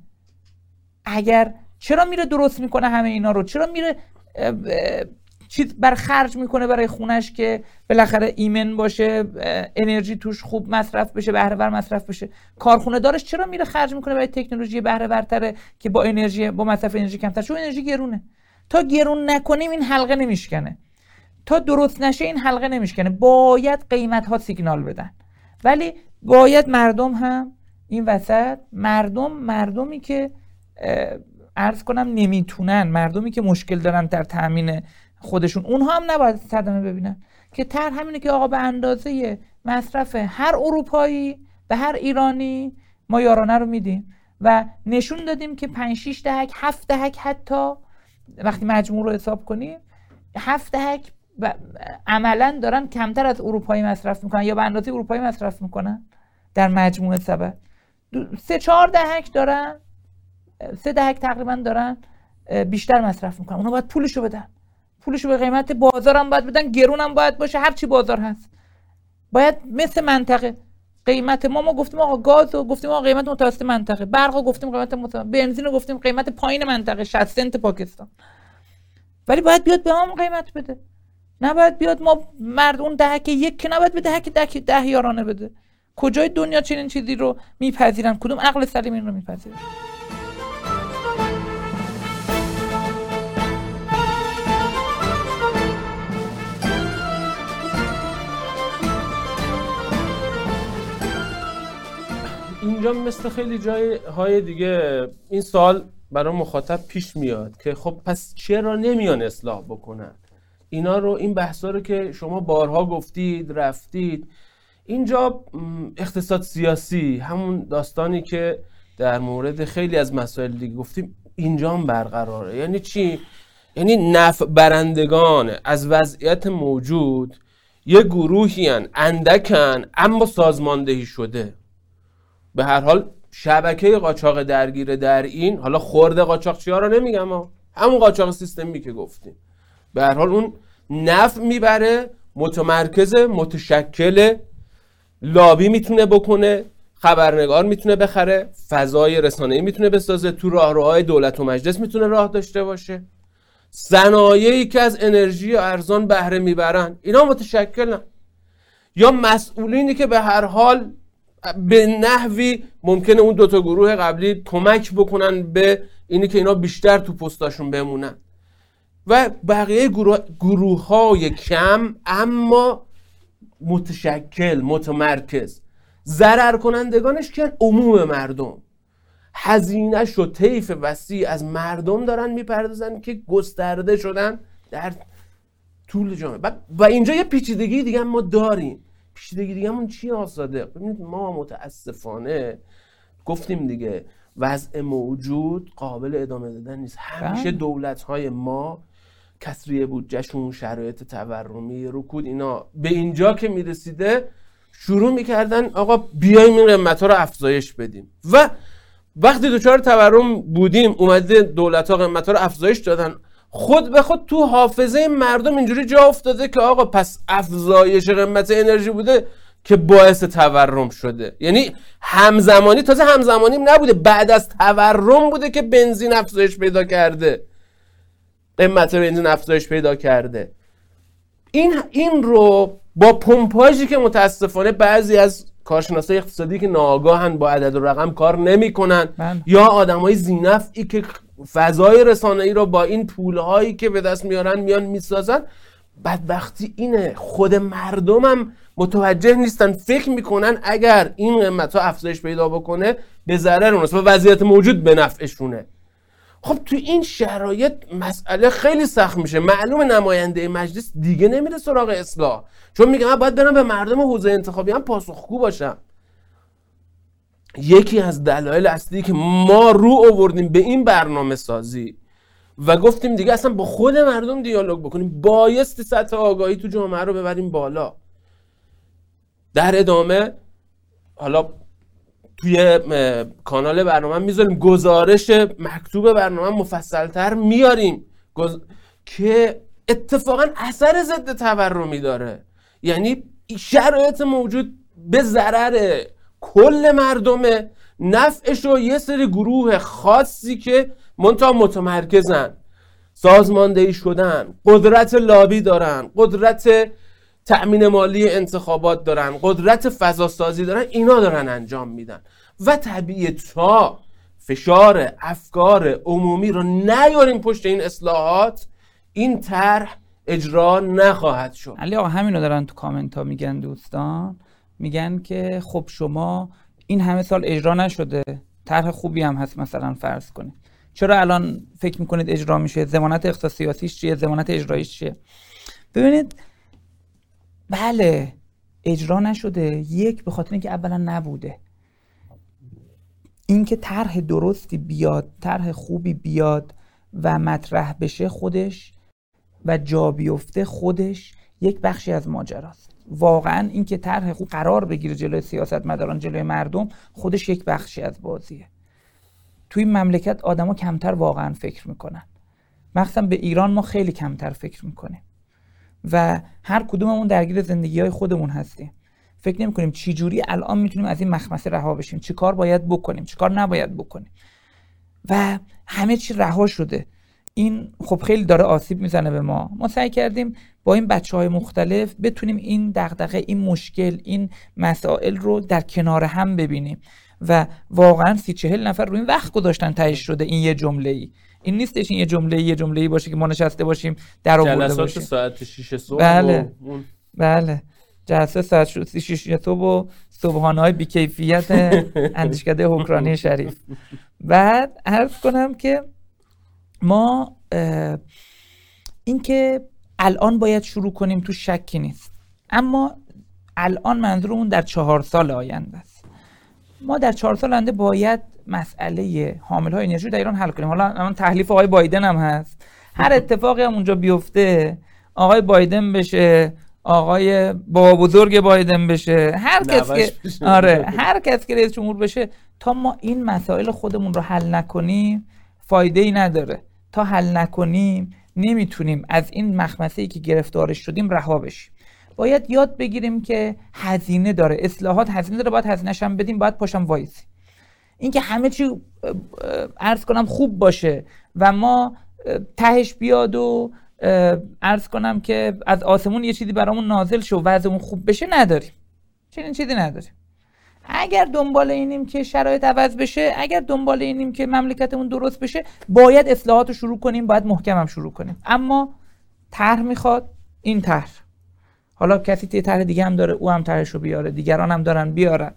اگر چرا میره درست میکنه همه اینا رو؟ چرا میره چیز بر خرج میکنه برای خونش که بالاخره ایمن باشه، انرژی توش خوب مصرف بشه، بهره ور مصرف بشه؟ کارخونه دارش چرا میره خرج میکنه برای تکنولوژی بهره ورتره که با انرژی با مصرف انرژی کمتر؟ چون انرژی گرونه. تا گرون نکنیم این حلقه نمیشکنه، تا درست نشه این حلقه نمیشکنه. باید قیمت ها سیگنال بدن، ولی باید مردم هم این وسط، مردم مردمی که عرض کنم نمیتونن، مردمی که مشکل دارن در تامین خودشون، اونها هم نباید صدمه ببینن. که تر همینه که آقا به اندازه مصرف هر اروپایی به هر ایرانی ما یارانه رو میدیم و نشون دادیم که پنج شش دهک هفت دهک حتی وقتی مجموع رو حساب کنیم هفت دهک عملا دارن کمتر از اروپایی مصرف میکنن یا به اندازه اروپایی مصرف میکنن در مجموع سبد. سه چهار دهک دارن، سه دهک تقریبا دارن بیشتر مصرف میکنن. اونا باید پولشو بدن، پولشو به قیمت بازار هم باید بدن، گرون هم باید باشه، هر چی بازار هست. باید مثل منطقه قیمت ما ما گفتیم آقا گاز رو گفتیم آقا قیمت متوسط منطقه، برق رو گفتیم قیمت متوسط، بنزین رو گفتیم قیمت پایین منطقه شصت سنت پاکستان. ولی باید بیاد به ما قیمت بده، نباید بیاد ما مرد اون دهک یک که نباید به دهک ده ده یارانه بده. کجای دنیا چنین چیزی رو میپذیرن؟ کدوم عقل سلیم این رو میپذیره؟ اینجا مثل خیلی جای های دیگه این سوال برای مخاطب پیش میاد که خب پس چرا نمیان اصلاح بکنن اینا رو؟ این بحثا رو که شما بارها گفتید رفتید. اینجا اقتصاد سیاسی، همون داستانی که در مورد خیلی از مسائل دیگه گفتیم، اینجا هم برقراره. یعنی چی؟ یعنی نفع برندگان از وضعیت موجود یه گروهی هن، اندکن اما سازماندهی شده. به هر حال شبکه قاچاق درگیره در این، حالا خورد قاچاقچی ها رو نمیگم ها، همون قاچاق سیستمی که گفتیم، به هر حال اون نفع میبره، متمرکز، متشکل، لابی میتونه بکنه، خبرنگار میتونه بخره، فضای رسانه‌ای میتونه بسازه، تو راهروهای دولت و مجلس میتونه راه داشته باشه، صنایعی که از انرژی ارزان بهره میبرن اینا متشکلن، یا مسئولینی که به هر حال به نحوی ممکنه اون دوتا گروه قبلی کمک بکنن به اینی که اینا بیشتر تو پستاشون بمونن، و بقیه گروه, گروه های کم اما متشکل، متمرکز. ضرر کنندگانش که عموم مردم، هزینه‌ش و طیف وسیع از مردم دارن میپردازن که گسترده شدن در طول جامعه. و اینجا یه پیچیدگی دیگه ما داریم. پیچیدگی دیگه همون چیه آزاده؟ ببینید ما متاسفانه گفتیم دیگه، وضع موجود قابل ادامه دادن نیست. همیشه دولت‌های ما کسری بودجهشون، شرایط تورمی، رکود، اینا به اینجا که میرسیده شروع میکردن آقا بیایم این قیمت‌ها رو افزایش بدیم و وقتی دچار تورم بودیم اومده دولت‌ها قیمت‌ها رو افزایش دادن، خود به خود تو حافظه مردم اینجوری جا افتاده که آقا پس افزایش قیمت انرژی بوده که باعث تورم شده. یعنی همزمانی، تازه همزمانی نبوده، بعد از تورم بوده که بنزین افزایش پیدا کرده، قیمت بنزین افزایش پیدا کرده. این این رو با پمپاژی که متاسفانه بعضی از کارشناسای اقتصادی که ناآگاهن با عدد و رقم کار نمی‌کنن یا آدمای ذی‌نفعی که فضای رسانه‌ای رو با این پول‌هایی که به دست میارن میان میسازن، بدبختی اینه خود مردمم متوجه نیستن، فکر میکنن اگر این قیمت‌ها افزایش پیدا بکنه به ضرر اوناست و وضعیت موجود به نفعشونه. خب تو این شرایط مسئله خیلی سخت میشه. معلومه نماینده مجلس دیگه نمیره سراغ اصلاح، چون میگه من باید برم به مردم حوزه انتخابی هم پاسخگو باشم. یکی از دلایل اصلی که ما رو آوردیم به این برنامه سازی و گفتیم دیگه اصلا با خود مردم دیالوگ بکنیم، بایستی سطح آگاهی تو جامعه رو ببریم بالا. در ادامه حالا توی کانال برنامه میذاریم گزارش مکتوب برنامه مفصلتر میاریم گز... که اتفاقا اثر ضد تورمی داره. یعنی شرایط موجود به ضرر کل مردمه، نفعش رو یه سری گروه خاصی که منتها متمرکزن، سازماندهی شدن، قدرت لابی دارن، قدرت تأمین مالی انتخابات دارن، قدرت فضاسازی دارن، اینا دارن انجام میدن و طبیعیه تا فشار افکار عمومی رو نیاریم پشت این اصلاحات، این طرح اجرا نخواهد شد. علی آقا همینو دارن تو کامنت ها میگن دوستان، میگن که خب شما این همه سال اجرا نشده، طرح خوبی هم هست مثلا فرض کنید، چرا الان فکر میکنید اجرا میشه؟ ضمانت اختصاص سیاسیش چیه؟ ضمانت اجراییش چیه؟ ببینید بله اجرا نشده، یک به خاطر اینکه اولا نبوده. اینکه طرح درستی بیاد، طرح خوبی بیاد و مطرح بشه خودش و جا بیفته خودش یک بخشی از ماجراست. واقعا اینکه طرح خوب قرار بگیره جلوی سیاستمداران، جلوی مردم، خودش یک بخشی از بازیه. توی این مملکت آدما کمتر واقعا فکر میکنن، مخصوصا به ایران ما خیلی کمتر فکر میکنیم و هر کدوممون درگیر زندگی‌های خودمون هستیم. فکر نمی‌کنیم چی جوری الان میتونیم از این مخمسه رها بشیم، چی کار باید بکنیم، چی کار نباید بکنیم و همه چی رها شده. این خب خیلی داره آسیب میزنه به ما. ما سعی کردیم با این بچه‌های مختلف بتونیم این دغدغه، این مشکل، این مسائل رو در کنار هم ببینیم و واقعا سی چهل نفر روی این وقت گذاشتن تهش شده این یه جمله‌ای. این نیستش این یه جمله یه جمله‌ای باشه که ما نشسته باشیم در آورده باشیم. جلسات ساعت شش صبح. بله اون... بله جلسه ساعت شش صبح و صبحانه‌های بی‌کیفیت اندیشکده حکرانی شریف. بعد عرض کنم که ما این که الان باید شروع کنیم تو شکی نیست، اما الان منظورمون در چهار سال آینده است. ما در چهار سال آینده باید مسئله حامل‌های انرژی در ایران حل کنیم. حالا الان تحلیف آقای بایدن هم هست، هر اتفاقی هم اونجا بیفته، آقای بایدن بشه، آقای بابا بزرگ بایدن بشه، هر کس که آره هر کس که رئیس جمهور بشه، تا ما این مسائل خودمون رو حل نکنیم فایده ای نداره. تا حل نکنیم نمیتونیم از این مخمسه‌ای که گرفتارش شدیم رها بشیم. باید یاد بگیریم که هزینه داره، اصلاحات هزینه داره، باید هزینه‌ش هم بدیم، باید پاشم وایسی. اینکه همه چی عرض کنم خوب باشه و ما تهش بیاد و عرض کنم که از آسمون یه چیزی برامون نازل شه و وضعمون خوب بشه نداریم. چنین چیزی نداریم. اگر دنبال اینیم که شرایط عوض بشه، اگر دنبال اینیم که مملکتمون درست بشه، باید اصلاحات رو شروع کنیم، باید محکم هم شروع کنیم. اما طرح میخواد این طرح، حالا کسی یه طرح دیگه هم داره، او هم طرحش رو بیاره، دیگران هم دارن بیارن.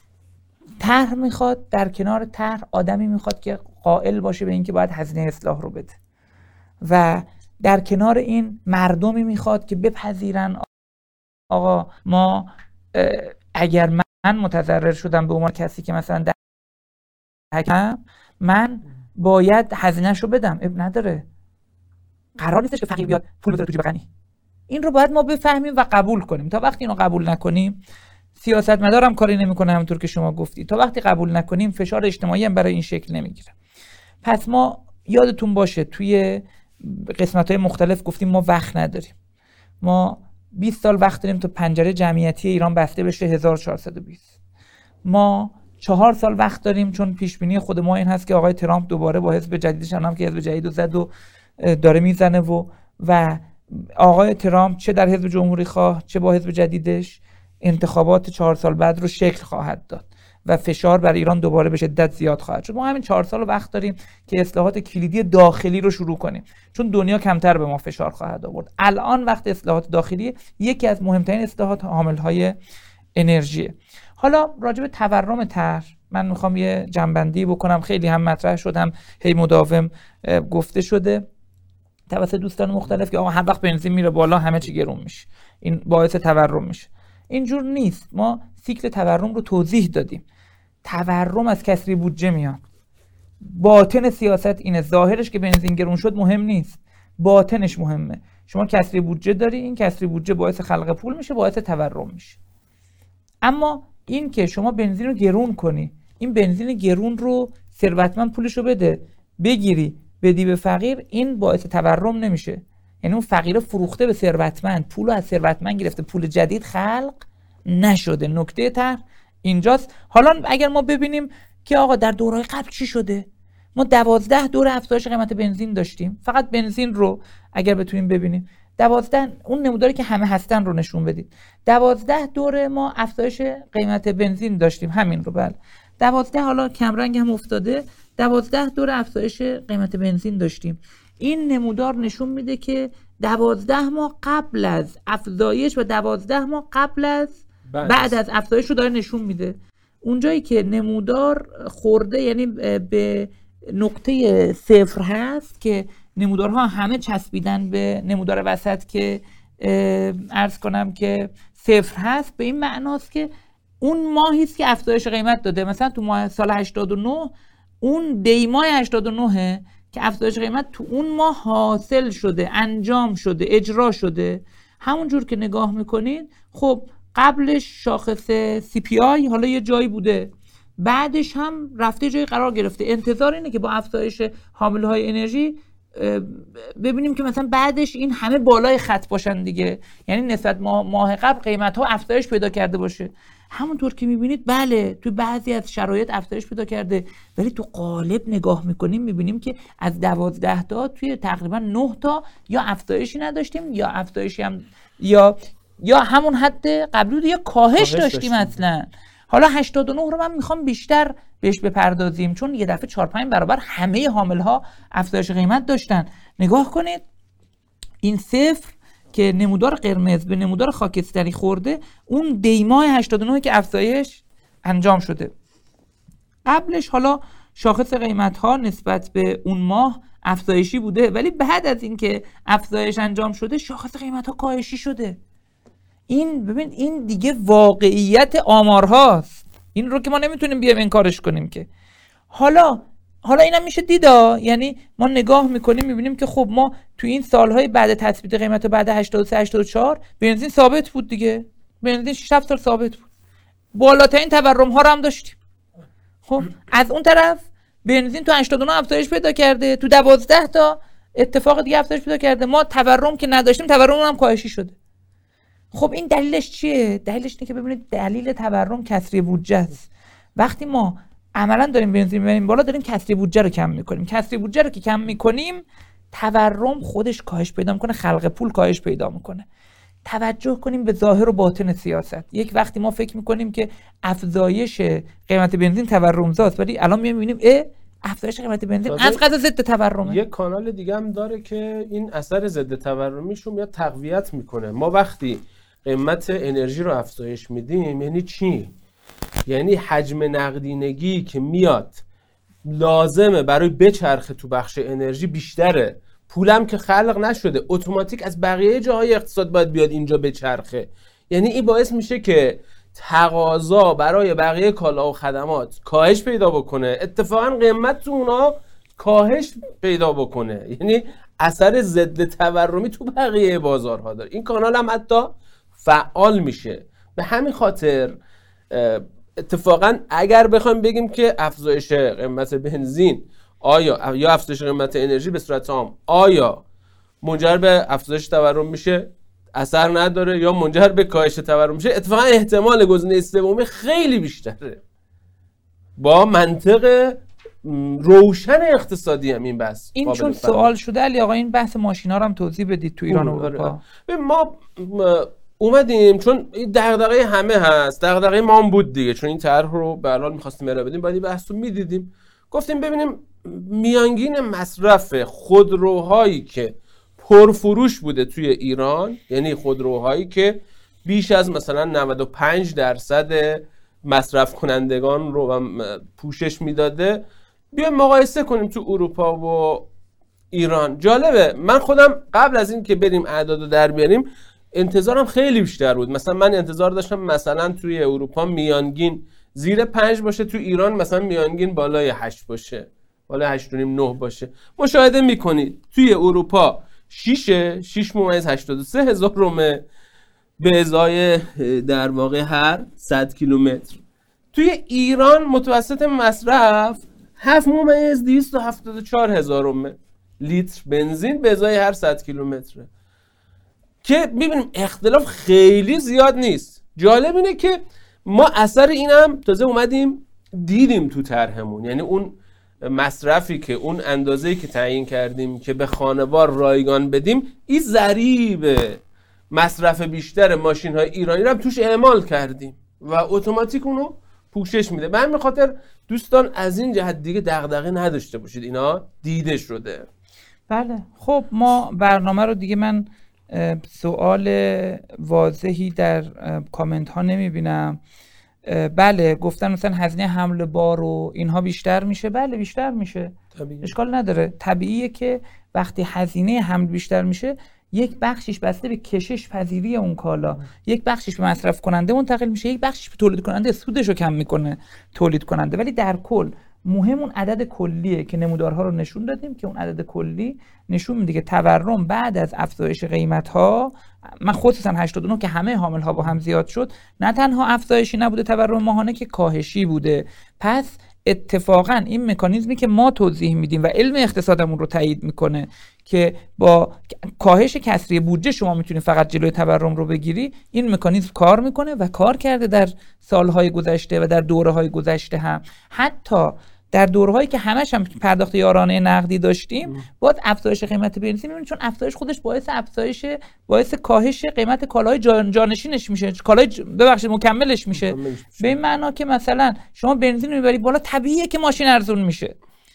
طرح میخواد، در کنار طرح آدمی میخواد که قائل باشه به اینکه باید هزینه اصلاح رو بده و در کنار این مردمی میخواد که بپذیرن آقا ما اگر من متضرر شدم به عنوان کسی که مثلا حکم من باید هزینه‌شو بدم، اب نداره. قرار نیستش که فقیر بیاد پول بذاره تو جیب غنی. این رو باید ما بفهمیم و قبول کنیم. تا وقتی اینو قبول نکنیم، سیاستمدارم کاری نمیکنه همونطور که شما گفتی. تا وقتی قبول نکنیم فشار اجتماعی هم برای این شکل نمیگیره. پس ما یادتون باشه توی قسمت‌های مختلف گفتیم ما وقت نداریم. ما بیست سال وقت داریم تا پنجره جمعیتی ایران بسته بشه هزار و چهارصد و بیست. ما چهار سال وقت داریم چون پیش بینی خود ما این هست که آقای ترامپ دوباره با حزب جدیدش هم که حزب جدیدو زد و داره میزنه و و آقای ترامپ چه در حزب جمهوری خواه چه با حزب جدیدش انتخابات چهار سال بعد رو شکل خواهد داد و فشار بر ایران دوباره به شدت زیاد خواهد شد. ما همین چهار سال وقت داریم که اصلاحات کلیدی داخلی رو شروع کنیم چون دنیا کمتر به ما فشار خواهد آورد. الان وقت اصلاحات داخلی یکی از مهمترین اصلاحات حامل‌های انرژیه. حالا راجع به تورم طرح من میخوام یه جنبندی بکنم. خیلی هم مطرح شد، هم هی مداوم گفته شده توسط دوستان مختلف که آقا هر وقت بنزین میره بالا همه چی گرون میشه، این باعث تورم میشه. اینجور نیست. ما سیکل تورم رو توضیح دادیم. تورم از کسری بودجه میاد. باطن سیاست اینه. ظاهرش که بنزین گرون شد مهم نیست، باطنش مهمه. شما کسری بودجه داری، این کسری بودجه باعث خلق پول میشه، باعث تورم میشه. اما این که شما بنزین رو گرون کنی، این بنزین گرون رو ثروتمند پولش رو بده بگیری بدی به فقیر، این باعث تورم نمیشه. یعنی اون فقیر فروخته به ثروتمند، پول رو از ثروتمند گرفته، پول جدید خلق نشده. نکته طرح اینجاست. حالا اگر ما ببینیم که آقا در دورهای قبل چی شده، ما دوازده دور افزایش قیمت بنزین داشتیم. فقط بنزین رو اگر بتونیم ببینیم، دوازده اون نموداری که همه هستن رو نشون بدید. دوازده دوره ما افزایش قیمت بنزین داشتیم، همین رو. بله دوازده، حالا کمرنگ هم افتاده، دوازده دور افزایش قیمت بنزین داشتیم. این نمودار نشون میده که دوازده ماه قبل از افزایش و دوازده ماه قبل از بعد, بعد از افزایش رو داره نشون میده. اونجایی که نمودار خورده یعنی به نقطه صفر هست که نمودارها همه چسبیدن به نمودار وسط که عرض کنم که صفر هست، به این معناست که اون ماهی است که افزایش قیمت داده. مثلا تو ماه سال هشتاد و نه اون دی ماه هشتاد و نه که افزایش قیمت تو اون ماه حاصل شده، انجام شده، اجرا شده. همون جور که نگاه میکنید خب قبلش شاخص سی پی آی حالا یه جایی بوده، بعدش هم رفته جایی قرار گرفته. انتظار اینه که با افزایش حامله‌های انرژی ببینیم که مثلا بعدش این همه بالای خط باشن دیگه، یعنی نسبت ماه, ماه قبل قیمت ها افزایش پیدا کرده باشه. همونطور که میبینید بله تو بعضی از شرایط افزایش پیدا کرده، ولی تو قالب نگاه میکنیم میبینیم که از دوازده تا توی تقریبا نه تا یا افزایشی نداشتیم یا افزایشی هم یا یا همون حد قبلی بود یا کاهش داشتیم اصلا. حالا هشتاد و نه رو من میخوام بیشتر بهش بپردازیم چون یه دفعه چهار پنج برابر همه حامل‌ها افزایش قیمت داشتن. نگاه کنید این صفر که نمودار قرمز به نمودار خاکستری خورده، اون دیمای هشتاد و نه که افزایش انجام شده. قبلش حالا شاخص قیمت‌ها نسبت به اون ماه افزایشی بوده، ولی بعد از اینکه افزایش انجام شده شاخص قیمت‌ها کاهشی شده. این ببین این دیگه واقعیت آمارهاست، این رو که ما نمیتونیم بیایم انکارش کنیم که. حالا حالا اینم میشه دیدا، یعنی ما نگاه میکنیم میبینیم که خب ما تو این سالهای بعد تثبیت قیمت بعد هشتاد و سه هشتاد و چهار بنزین ثابت بود دیگه، بنزین شش هفت سال ثابت بود، بالاترین تورم ها رو هم داشتیم. خب از اون طرف بنزین تو هشتاد و نه افزایش پیدا کرده، تو دوازده تا اتفاق دیگه افزایش پیدا کرده، ما تورم که نداشتیم تورم هم کاهشی شده. خب این دلیلش چیه؟ دلیلش اینه که ببینید دلیل تورم کسری بودجه است. وقتی ما عملا داریم بنزین میبریم بالا، داریم کسری بودجه رو کم میکنیم. کسری بودجه رو که کم میکنیم تورم خودش کاهش پیدا میکنه، خلق پول کاهش پیدا میکنه. توجه کنیم به ظاهر و باطن سیاست. یک وقتی ما فکر میکنیم که افزایش قیمت بنزین تورم‌زاست، ولی الان میبینیم اه افزایش قیمت بنزین از قضا ضد تورمه. یک کانال دیگه هم داره که این اثر ضد تورمیشو میاد تقویت میکنه. ما وقتی قیمت انرژی رو افزایش میدیم یعنی چی؟ یعنی حجم نقدینگی که میاد لازمه برای بچرخه تو بخش انرژی بیشتره، پولم که خلق نشده، اتوماتیک از بقیه جاهای اقتصاد باید بیاد اینجا بچرخه. یعنی این باعث میشه که تقاضا برای بقیه کالا و خدمات کاهش پیدا بکنه، اتفاقا قیمت تو اونا کاهش پیدا بکنه. یعنی اثر ضد تورمی تو بقیه بازارها داره. این کانال هم حتی فعال میشه. به همین خاطر اتفاقا اگر بخوایم بگیم که افزایش قیمت بنزین آیا یا افزایش قیمت انرژی به صورت عام آیا منجر به افزایش تورم میشه، اثر نداره، یا منجر به کاهش تورم میشه، اتفاقا احتمال گزینه سومی خیلی بیشتره. با منطق روشن اقتصادی هم این بحث این چون سوال شده علی آقا، این بحث ماشینا رو هم توضیح بدید تو ایران و اروپا. ما اومدیم چون این دغدغه همه هست، دغدغه ما هم بود دیگه، چون این طرح رو به حال می‌خواستیم ارائه بدیم، بعد این بحث رو می‌دیدیم، گفتیم ببینیم میانگین مصرف خودروهایی که پرفروش بوده توی ایران، یعنی خودروهایی که بیش از مثلا نود و پنج درصد مصرف کنندگان رو پوشش میداده، بیایم مقایسه کنیم تو اروپا و ایران. جالبه، من خودم قبل از این که بریم اعدادو در بیاریم انتظارم خیلی بیشتر بود. مثلا من انتظار داشتم مثلا توی اروپا میانگین زیر پنج باشه، تو ایران مثلا میانگین بالای هشت باشه، بالای هشت و نیم نه باشه. مشاهده میکنید توی اروپا شیشه، شش ممیز هشتاد و سه هزار رومه به ازای در واقع هر صد کیلومتر. توی ایران متوسط مصرف هفت ممیز دویست و هفتاد و چهار هزار رومه لیتر بنزین به ازای هر صد کیلومتره، که ببینیم اختلاف خیلی زیاد نیست. جالب اینه که ما اثر اینم تازه اومدیم دیدیم تو طرحمون، یعنی اون مصرفی که اون اندازه‌ای که تعیین کردیم که به خانوار رایگان بدیم، این ضریب مصرف بیشتر ماشین‌های ایرانی رو هم توش اعمال کردیم و اتوماتیک اونو پوشش میده. به همین خاطر دوستان از این جهت دیگه دغدغه نداشته باشید، اینا دیده شده. بله خب ما برنامه رو دیگه، من سوال واضحی در کامنت ها نمیبینم. بله گفتن مثلا هزینه حمل بار و اینها بیشتر میشه. بله بیشتر میشه، طبیعی. اشکال نداره، طبیعیه که وقتی هزینه حمل بیشتر میشه یک بخشش بسته به کشش پذیری اون کالا، یک بخشش به مصرف کننده منتقل میشه، یک بخشش به تولید کننده، سودش رو کم میکنه تولید کننده. ولی در کل مهم اون عدد کلیه که نمودارها رو نشون دادیم که اون عدد کلی نشون میده که تورم بعد از افزایش قیمت ها، من خصوصا هشتاد و نه که همه حامل ها با هم زیاد شد، نه تنها افزایشی نبوده تورم ماهانه که کاهشی بوده. پس اتفاقا این مکانیزمی که ما توضیح میدیم و علم اقتصادمون رو تایید میکنه که با کاهش کسری بودجه شما میتونید فقط جلوی تورم رو بگیری، این مکانیزم کار میکنه و کار کرده در سالهای گذشته و در دوره‌های گذشته هم. حتی در دورهایی که همش هم پرداخت یارانه نقدی داشتیم، باز افزایش قیمت بنزین میبینید، چون افزایش خودش باعث افزایش باعث کاهش قیمت کالاهای جان جانشینش میشه، کالای ج... ببخشید مکملش میشه. به این معنا که مثلا شما بنزین میبری بالا، طبیعیه که ماشین ارزون میشه.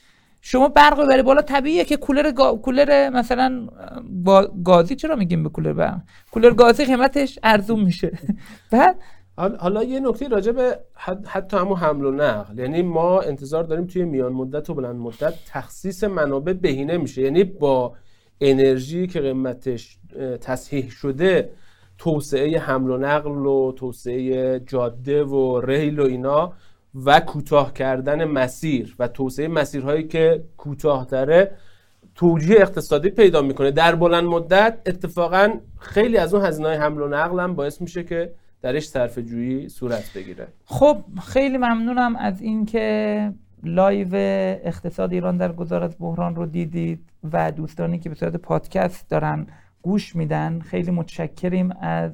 شما برق ببری بالا، طبیعیه که کولر گا... کولر مثلا با... گازی، چرا میگیم به کولر برق، کولر گازی قیمتش ارزون میشه. بعد حالا یه نکته راجع به حتی همون حمل و نقل، یعنی ما انتظار داریم توی میان مدت و بلند مدت تخصیص منابع بهینه میشه، یعنی با انرژی که قیمتش تصحیح شده، توسعه حمل و نقل و توسعه جاده و ریل و اینا و کوتاه کردن مسیر و توسعه مسیرهایی که کوتاه‌تره توجیه اقتصادی پیدا میکنه. در بلند مدت اتفاقا خیلی از اون هزینه‌های حمل و نقل هم باعث میشه که درش صرفه جویی صورت بگیره. خب خیلی ممنونم از اینکه لایو اقتصاد ایران در گذار از بحران رو دیدید و دوستانی که به صورت پادکست دارن گوش میدن، خیلی متشکریم از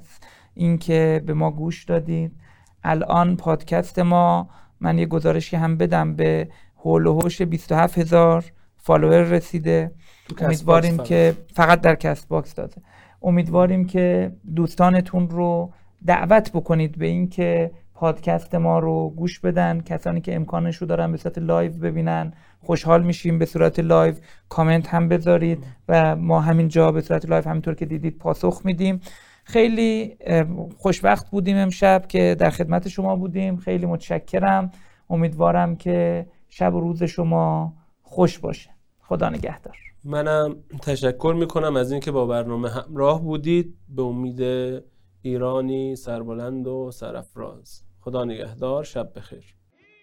اینکه به ما گوش دادید. الان پادکست ما، من یه گزارشی هم بدم، به هول و هوش بیست و هفت هزار فالوور رسیده. امیدواریم که فقط در کست باکس داده. امیدواریم که دوستانتون رو دعوت بکنید به این که پادکست ما رو گوش بدن. کسانی که امکانش رو دارن به صورت لایو ببینن، خوشحال میشیم به صورت لایو کامنت هم بذارید و ما همینجا به صورت لایو همینطور که دیدید پاسخ میدیم. خیلی خوشوقت بودیم امشب که در خدمت شما بودیم. خیلی متشکرم. امیدوارم که شب و روز شما خوش باشه. خدا نگهدار. منم تشکر میکنم از اینکه با برنامه همراه بودید. به امید ایرانی سربلند و سرافراز. خدا نگهدار، شب بخیر.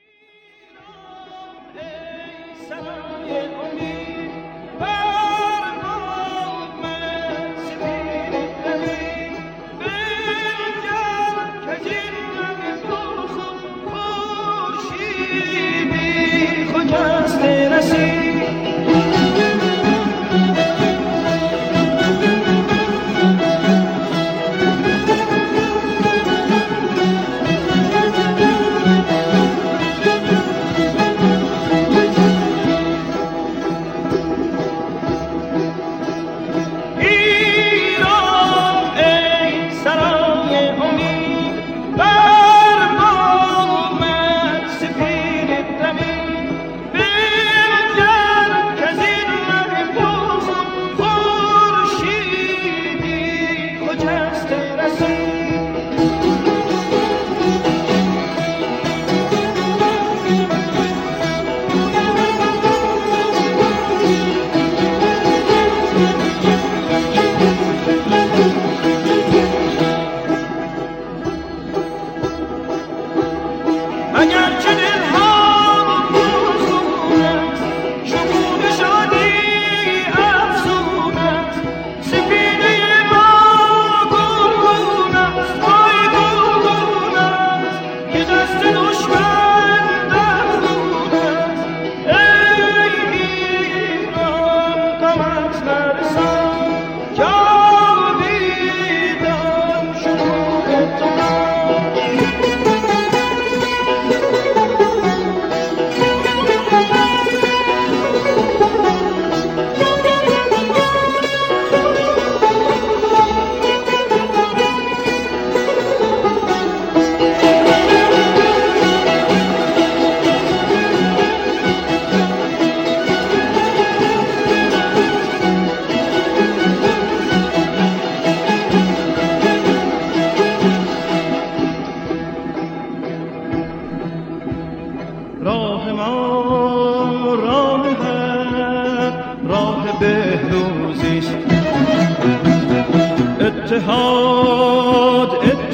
اتحاد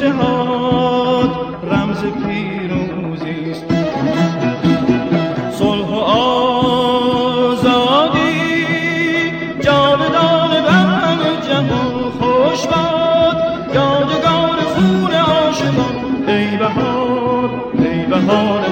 اتحاد رمز پیروزی است، صلح و آزادی جاودان بر همه جهان. خوش باد یادگار خون عاشقان، ای بهار ای بهار